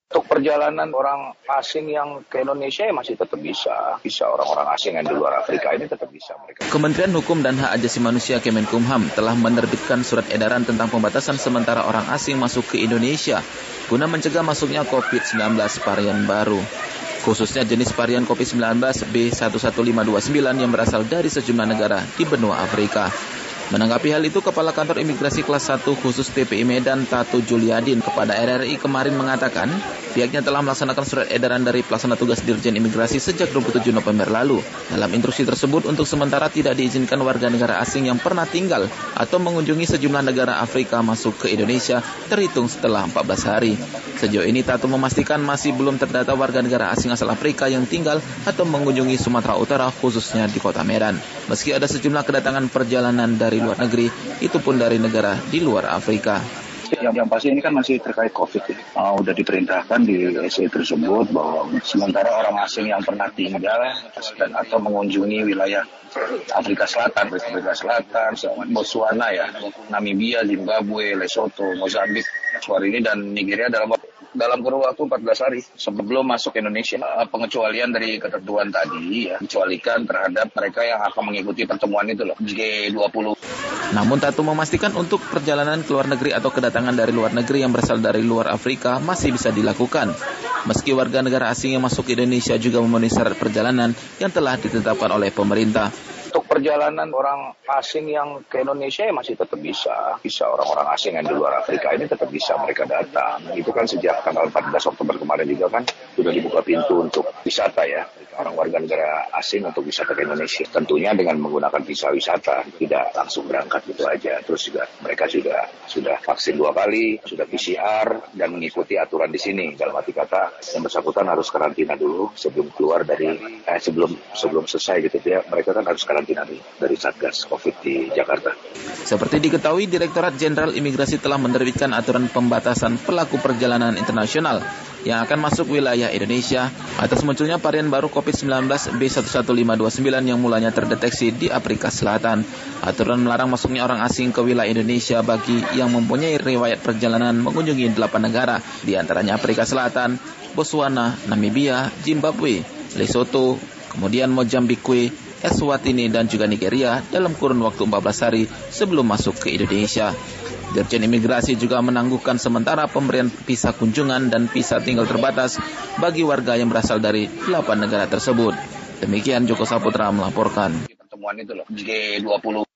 Untuk perjalanan orang asing yang ke Indonesia ya masih tetap bisa. Bisa orang-orang asing yang di luar Afrika ini tetap bisa mereka. Kementerian Hukum dan Hak Asasi Manusia Kemenkumham telah menerbitkan surat edaran tentang pembatasan sementara orang asing masuk ke Indonesia guna mencegah masuknya covid sembilan belas varian baru. Khususnya jenis varian covid sembilan belas B satu satu lima dua sembilan yang berasal dari sejumlah negara di benua Afrika. Menanggapi hal itu, Kepala Kantor Imigrasi Kelas satu khusus T P I Medan Tatu Juliadin kepada R R I kemarin mengatakan pihaknya telah melaksanakan surat edaran dari Pelaksana Tugas Dirjen Imigrasi sejak dua puluh tujuh November lalu. Dalam instruksi tersebut, untuk sementara tidak diizinkan warga negara asing yang pernah tinggal atau mengunjungi sejumlah negara Afrika masuk ke Indonesia terhitung setelah empat belas hari. Sejauh ini Tatu memastikan masih belum terdata warga negara asing asal Afrika yang tinggal atau mengunjungi Sumatera Utara khususnya di Kota Medan. Meski ada sejumlah kedatangan perjalanan dari luar negeri, itu pun dari negara di luar Afrika. Yang, yang pasti ini kan masih terkait COVID ya. Uh, udah diperintahkan di S E tersebut bahwa sementara orang asing yang pernah tinggal dan atau mengunjungi wilayah Afrika Selatan, Afrika Selatan, Botswana ya, Namibia, Zimbabwe, Lesotho, Mozambik, Swaziland dan Nigeria dalam dalam kurun waktu empat belas hari sebelum masuk Indonesia. Pengecualian dari ketentuan tadi ya, dikecualikan terhadap mereka yang akan mengikuti pertemuan itu loh, G dua puluh. Namun Tatu memastikan untuk perjalanan ke luar negeri atau kedatangan dari luar negeri yang berasal dari luar Afrika masih bisa dilakukan. Meski warga negara asing yang masuk ke Indonesia juga memenuhi syarat perjalanan yang telah ditetapkan oleh pemerintah. Untuk perjalanan orang asing yang ke Indonesia ya masih tetap bisa. Bisa orang-orang asing yang di luar Afrika ini tetap bisa mereka datang. Itu kan sejak tanggal empat belas Oktober kemarin juga kan sudah dibuka pintu untuk wisata ya. Orang warga negara asing untuk wisata ke Indonesia. Tentunya dengan menggunakan visa wisata, tidak langsung berangkat gitu aja. Terus juga mereka sudah sudah vaksin dua kali, sudah P C R dan mengikuti aturan di sini. Dalam arti kata yang bersangkutan harus karantina dulu sebelum keluar dari eh, sebelum sebelum selesai gitu ya. Mereka kan harus karantina dari Satgas COVID di Jakarta. Seperti diketahui, Direktorat Jenderal Imigrasi telah menerbitkan aturan pembatasan pelaku perjalanan internasional yang akan masuk wilayah Indonesia atas munculnya varian baru covid sembilan belas B satu satu lima dua sembilan yang mulanya terdeteksi di Afrika Selatan. Aturan melarang masuknya orang asing ke wilayah Indonesia bagi yang mempunyai riwayat perjalanan mengunjungi delapan negara, di antaranya Afrika Selatan, Botswana, Namibia, Zimbabwe, Lesotho, kemudian Mozambik, Eswatini dan juga Nigeria dalam kurun waktu empat belas hari sebelum masuk ke Indonesia. Dirjen Imigrasi juga menangguhkan sementara pemberian visa kunjungan dan visa tinggal terbatas bagi warga yang berasal dari delapan negara tersebut. Demikian Joko Saputra melaporkan. Pertemuan itu loh, G dua puluh.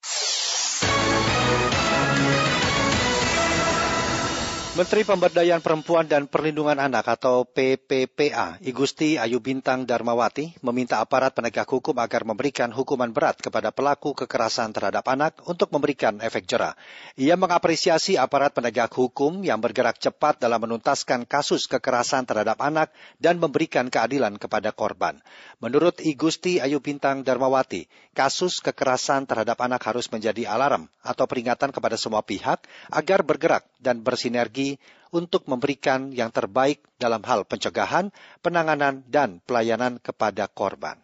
Menteri Pemberdayaan Perempuan dan Perlindungan Anak atau P P P A, Igusti Ayu Bintang Darmawati, meminta aparat penegak hukum agar memberikan hukuman berat kepada pelaku kekerasan terhadap anak untuk memberikan efek jera. Ia mengapresiasi aparat penegak hukum yang bergerak cepat dalam menuntaskan kasus kekerasan terhadap anak dan memberikan keadilan kepada korban. Menurut Igusti Ayu Bintang Darmawati, kasus kekerasan terhadap anak harus menjadi alarm atau peringatan kepada semua pihak agar bergerak dan bersinergi untuk memberikan yang terbaik dalam hal pencegahan, penanganan, dan pelayanan kepada korban.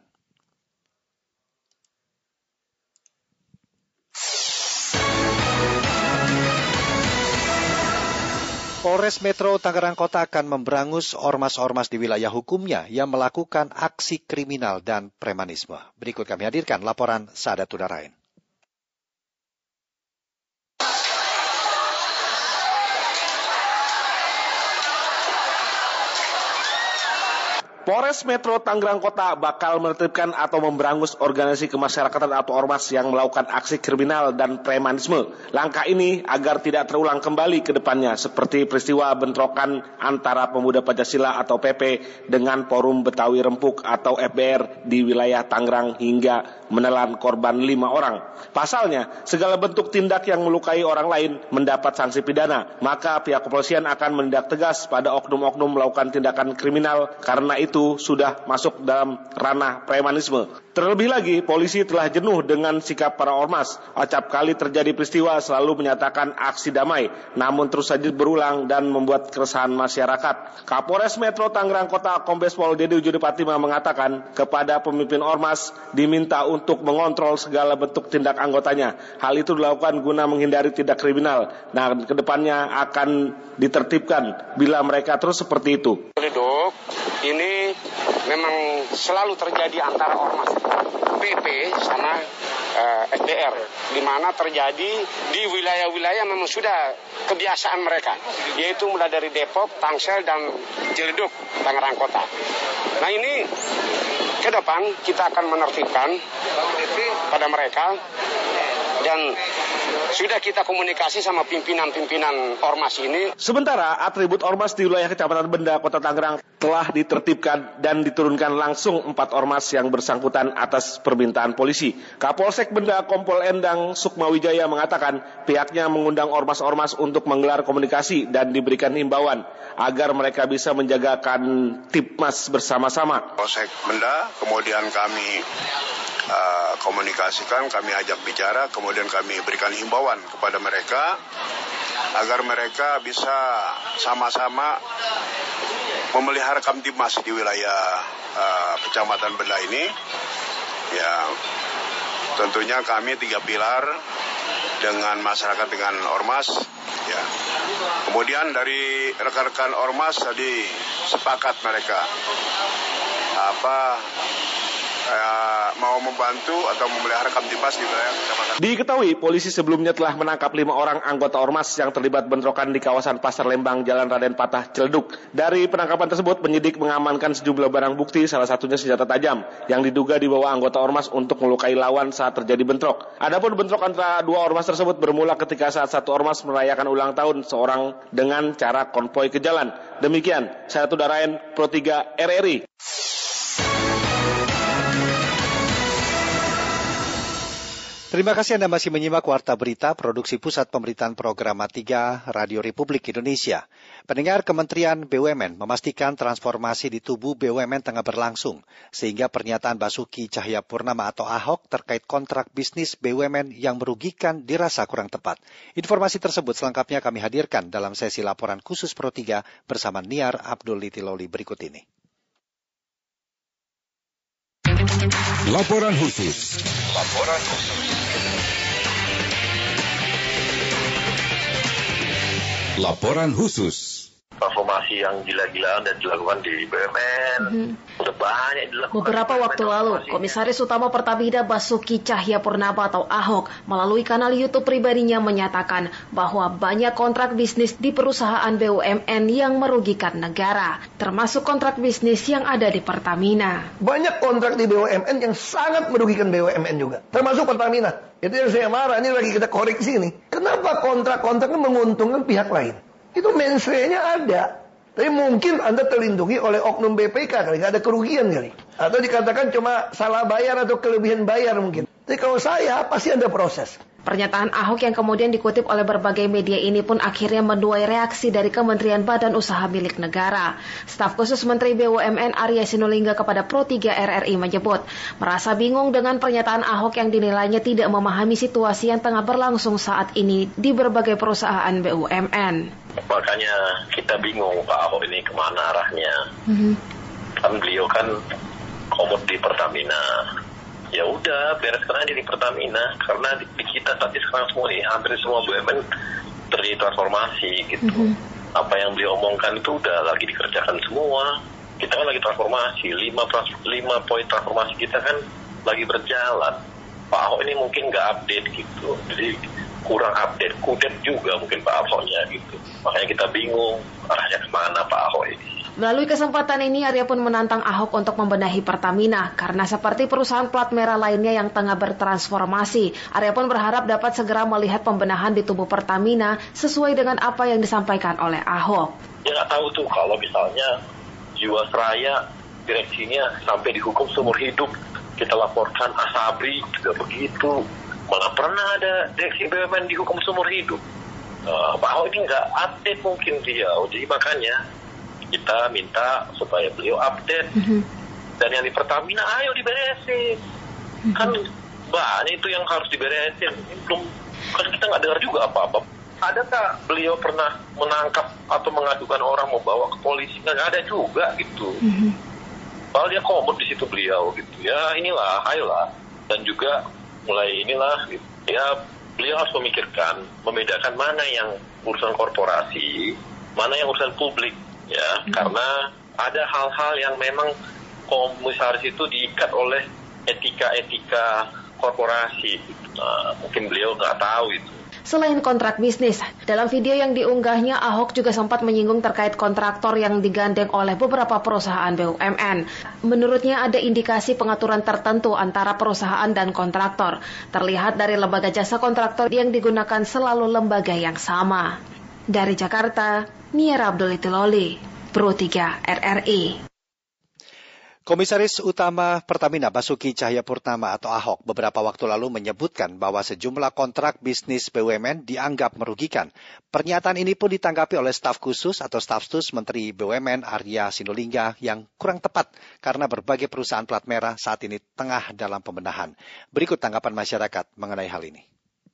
Polres Metro Tangerang Kota akan memberangus ormas-ormas di wilayah hukumnya yang melakukan aksi kriminal dan premanisme. Berikut kami hadirkan laporan Sadat Udarain. Polres Metro Tangerang Kota bakal menertibkan atau memberangus organisasi kemasyarakatan atau ormas yang melakukan aksi kriminal dan premanisme. Langkah ini agar tidak terulang kembali ke depannya seperti peristiwa bentrokan antara Pemuda Pancasila atau P P dengan Forum Betawi Rempuk atau F B R di wilayah Tangerang hingga menelan korban lima orang. Pasalnya, segala bentuk tindak yang melukai orang lain mendapat sanksi pidana, maka pihak kepolisian akan menindak tegas pada oknum-oknum melakukan tindakan kriminal karena itu sudah masuk dalam ranah premanisme. Terlebih lagi, polisi telah jenuh dengan sikap para ormas. Acap kali terjadi peristiwa selalu menyatakan aksi damai, namun terus saja berulang dan membuat keresahan masyarakat. Kapolres Metro Tangerang Kota Kombes Pol Dede Ujudi Patima mengatakan kepada pemimpin ormas diminta untuk mengontrol segala bentuk tindak anggotanya. Hal itu dilakukan guna menghindari tindak kriminal. Nah, kedepannya akan ditertibkan bila mereka terus seperti itu. ini memang selalu terjadi antara ormas P P sama uh, S D R, di mana terjadi di wilayah-wilayah memang sudah kebiasaan mereka, yaitu mulai dari Depok, Tangsel, dan Ciledug, Tangerang Kota. Nah ini ke depan kita akan menertibkan pada mereka, dan sudah kita komunikasi sama pimpinan-pimpinan ormas ini. Sementara atribut ormas di wilayah Kecamatan Benda, Kota Tangerang telah ditertibkan dan diturunkan langsung empat ormas yang bersangkutan atas permintaan polisi. Kapolsek Benda Kompol Endang Sukmawijaya mengatakan pihaknya mengundang ormas-ormas untuk menggelar komunikasi dan diberikan himbauan agar mereka bisa menjagakan Tipmas bersama-sama. Polsek Benda kemudian kami Uh, komunikasikan, kami ajak bicara, kemudian kami berikan himbauan kepada mereka agar mereka bisa sama-sama memelihara Kamtibmas di wilayah uh, Kecamatan Benda ini. Ya, tentunya kami tiga pilar dengan masyarakat, dengan ormas. Ya. Kemudian dari rekan-rekan ormas tadi sepakat mereka apa Uh, mau membantu atau memelihara Kamtibmas di wilayah Kecamatan. Diketahui polisi sebelumnya telah menangkap lima orang anggota ormas yang terlibat bentrokan di kawasan Pasar Lembang, Jalan Raden Patah, Ciledug. Dari penangkapan tersebut, penyidik mengamankan sejumlah barang bukti, salah satunya senjata tajam yang diduga dibawa anggota ormas untuk melukai lawan saat terjadi bentrok. Adapun bentrok antara dua ormas tersebut bermula ketika saat satu ormas merayakan ulang tahun seorang dengan cara konvoi ke jalan. Demikian, saya Tuda Raen, Pro tiga R R I. Terima kasih Anda masih menyimak Warta Berita, produksi Pusat Pemberitaan Programa tiga Radio Republik Indonesia. Pendengar, Kementerian B U M N memastikan transformasi di tubuh B U M N tengah berlangsung, sehingga pernyataan Basuki Cahayapurnama atau Ahok terkait kontrak bisnis B U M N yang merugikan dirasa kurang tepat. Informasi tersebut selengkapnya kami hadirkan dalam sesi laporan khusus Pro tiga bersama Niar Abdul Litiloli berikut ini. Laporan khusus. Laporan khusus. Laporan khusus. Transformasi yang gila-gilaan dan dilakukan di B U M N. Mm-hmm. Udah banyak dilakukan. Beberapa waktu lalu, Komisaris Utama Pertamina Basuki Cahayapurnama atau Ahok melalui kanal YouTube pribadinya menyatakan bahwa banyak kontrak bisnis di perusahaan B U M N yang merugikan negara, termasuk kontrak bisnis yang ada di Pertamina. Banyak kontrak di B U M N yang sangat merugikan B U M N juga, termasuk Pertamina. Itu yang saya marah, ini lagi kita koreksi nih. Kenapa kontrak-kontraknya menguntungkan pihak lain? Itu mensreanya ada. Tapi mungkin Anda terlindungi oleh oknum B P K kali, nggak ada kerugian kali. Atau dikatakan cuma salah bayar atau kelebihan bayar mungkin. Tapi kalau saya, pasti ada proses. Pernyataan Ahok yang kemudian dikutip oleh berbagai media ini pun akhirnya menuai reaksi dari Kementerian Badan Usaha Milik Negara. Staf khusus Menteri B U M N Arya Sinulinga kepada Pro tiga R R I menyebut, merasa bingung dengan pernyataan Ahok yang dinilainya tidak memahami situasi yang tengah berlangsung saat ini di berbagai perusahaan B U M N. Makanya kita bingung Pak Ahok ini kemana arahnya. Mm-hmm. Kan beliau kan komod di Pertamina. Ya udah, bereskan aja di Pertamina, karena di, di kita tapi sekarang semua nih, hampir semua B U M N terjadi transformasi gitu. Mm-hmm. Apa yang beliau omongkan itu udah lagi dikerjakan semua. Kita kan lagi transformasi, lima, lima poin transformasi kita kan lagi berjalan. Pak Ahok ini mungkin nggak update gitu, jadi kurang update, kudet juga mungkin Pak Ahoknya gitu. Makanya kita bingung arahnya kemana Pak Ahok ini. Melalui kesempatan ini, Arya pun menantang Ahok untuk membenahi Pertamina, karena seperti perusahaan plat merah lainnya yang tengah bertransformasi. Arya pun berharap dapat segera melihat pembenahan di tubuh Pertamina sesuai dengan apa yang disampaikan oleh Ahok. Ya nggak tahu tuh kalau misalnya Jiwasraya direksinya sampai dihukum seumur hidup. Kita laporkan Asabri juga begitu. Mana pernah ada direksi B U M N dihukum seumur hidup. Uh, Pak Ahok ini nggak update mungkin dia. Jadi makanya kita minta supaya beliau update. Mm-hmm. Dan yang di Pertamina, ayo diberesin. Mm-hmm. Kan banyak itu yang harus diberesin. Belum, kan kita nggak dengar juga apa-apa. Adakah beliau pernah menangkap atau mengadukan orang mau bawa ke polisi? Nggak ada juga gitu. Mm-hmm. Padahal dia komod di situ beliau gitu. Ya inilah, ayolah. Dan juga mulai inilah, gitu. Ya beliau harus memikirkan, membedakan mana yang urusan korporasi, mana yang urusan publik. Ya, hmm. karena ada hal-hal yang memang komisaris itu diikat oleh etika-etika korporasi. Uh, mungkin beliau nggak tahu itu. Selain kontrak bisnis, dalam video yang diunggahnya, Ahok juga sempat menyinggung terkait kontraktor yang digandeng oleh beberapa perusahaan B U M N. Menurutnya ada indikasi pengaturan tertentu antara perusahaan dan kontraktor. Terlihat dari lembaga jasa kontraktor yang digunakan selalu lembaga yang sama. Dari Jakarta, Mira Abdul Itiloli, Pro tiga R R I. Komisaris Utama Pertamina Basuki Cahayapurnama atau Ahok beberapa waktu lalu menyebutkan bahwa sejumlah kontrak bisnis B U M N dianggap merugikan. Pernyataan ini pun ditanggapi oleh staf khusus atau staf sus Menteri B U M N Arya Sinulinga yang kurang tepat karena berbagai perusahaan plat merah saat ini tengah dalam pembenahan. Berikut tanggapan masyarakat mengenai hal ini.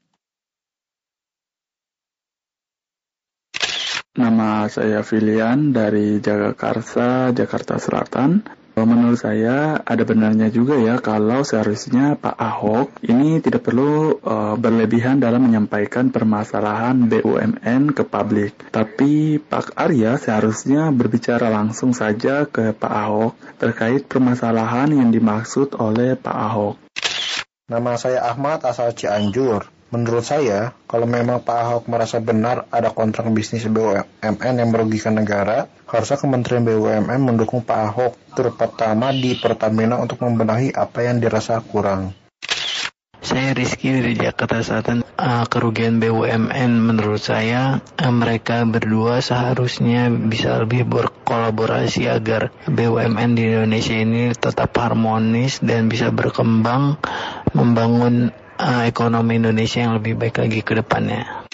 Nama saya Filian dari Jagakarsa, Jakarta Selatan. Menurut saya ada benarnya juga ya kalau seharusnya Pak Ahok ini tidak perlu uh, berlebihan dalam menyampaikan permasalahan B U M N ke publik. Tapi Pak Arya seharusnya berbicara langsung saja ke Pak Ahok terkait permasalahan yang dimaksud oleh Pak Ahok. Nama saya Ahmad asal Cianjur. Menurut saya, kalau memang Pak Ahok merasa benar ada kontrak bisnis B U M N yang merugikan negara, harusnya Kementerian B U M N mendukung Pak Ahok, terutama di Pertamina untuk membenahi apa yang dirasa kurang. Saya Rizky dari Jakarta Selatan. Uh, kerugian B U M N menurut saya uh, mereka berdua seharusnya bisa lebih berkolaborasi agar B U M N di Indonesia ini tetap harmonis dan bisa berkembang membangun uh, ekonomi Indonesia yang lebih baik lagi ke depannya.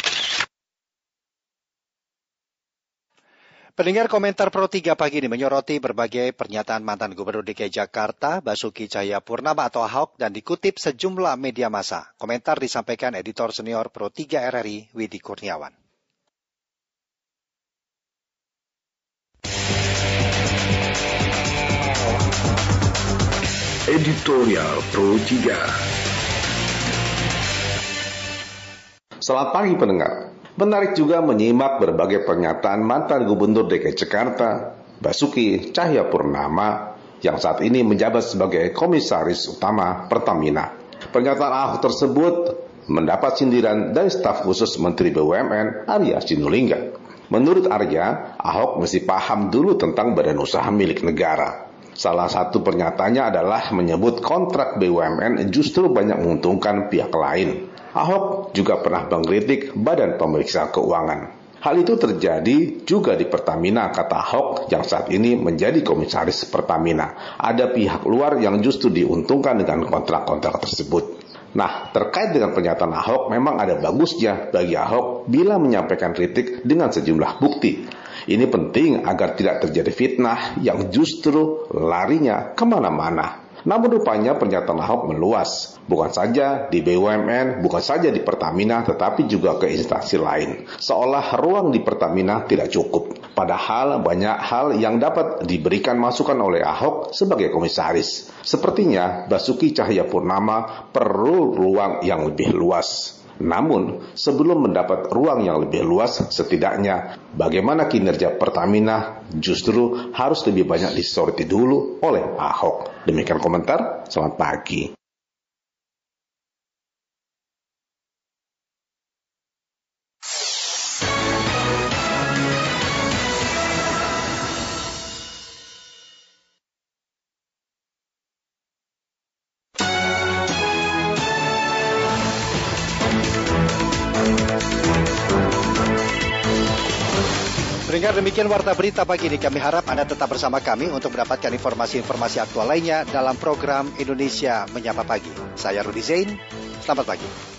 Pendengar, komentar Pro tiga pagi ini menyoroti berbagai pernyataan mantan Gubernur D K I Jakarta, Basuki Cahayapurnama atau Ahok, dan dikutip sejumlah media massa. Komentar disampaikan editor senior Pro tiga R R I, Widi Kurniawan. Editorial Pro tiga. Selamat pagi pendengar. Menarik juga menyimak berbagai pernyataan mantan Gubernur D K I Jakarta, Basuki Cahayapurnama, yang saat ini menjabat sebagai Komisaris Utama Pertamina. Pernyataan Ahok tersebut mendapat sindiran dari staf khusus Menteri B U M N Arya Sinulinga. Menurut Arya, Ahok mesti paham dulu tentang badan usaha milik negara. Salah satu pernyataannya adalah menyebut kontrak B U M N justru banyak menguntungkan pihak lain. Ahok juga pernah mengkritik Badan Pemeriksa Keuangan. Hal itu terjadi juga di Pertamina, kata Ahok yang saat ini menjadi komisaris Pertamina. Ada pihak luar yang justru diuntungkan dengan kontrak-kontrak tersebut. Nah, terkait dengan pernyataan Ahok, memang ada bagusnya bagi Ahok bila menyampaikan kritik dengan sejumlah bukti. Ini penting agar tidak terjadi fitnah yang justru larinya kemana-mana. Namun rupanya pernyataan Ahok meluas, bukan saja di B U M N, bukan saja di Pertamina, tetapi juga ke instansi lain. Seolah ruang di Pertamina tidak cukup. Padahal banyak hal yang dapat diberikan masukan oleh Ahok sebagai komisaris. Sepertinya Basuki Cahayapurnama perlu ruang yang lebih luas. Namun, sebelum mendapat ruang yang lebih luas, setidaknya bagaimana kinerja Pertamina justru harus lebih banyak disoroti dulu oleh Ahok. Demikian komentar, selamat pagi. Pendengar, demikian Warta Berita pagi ini. Kami harap Anda tetap bersama kami untuk mendapatkan informasi-informasi aktual lainnya dalam program Indonesia Menyapa Pagi. Saya Rudi Zain, selamat pagi.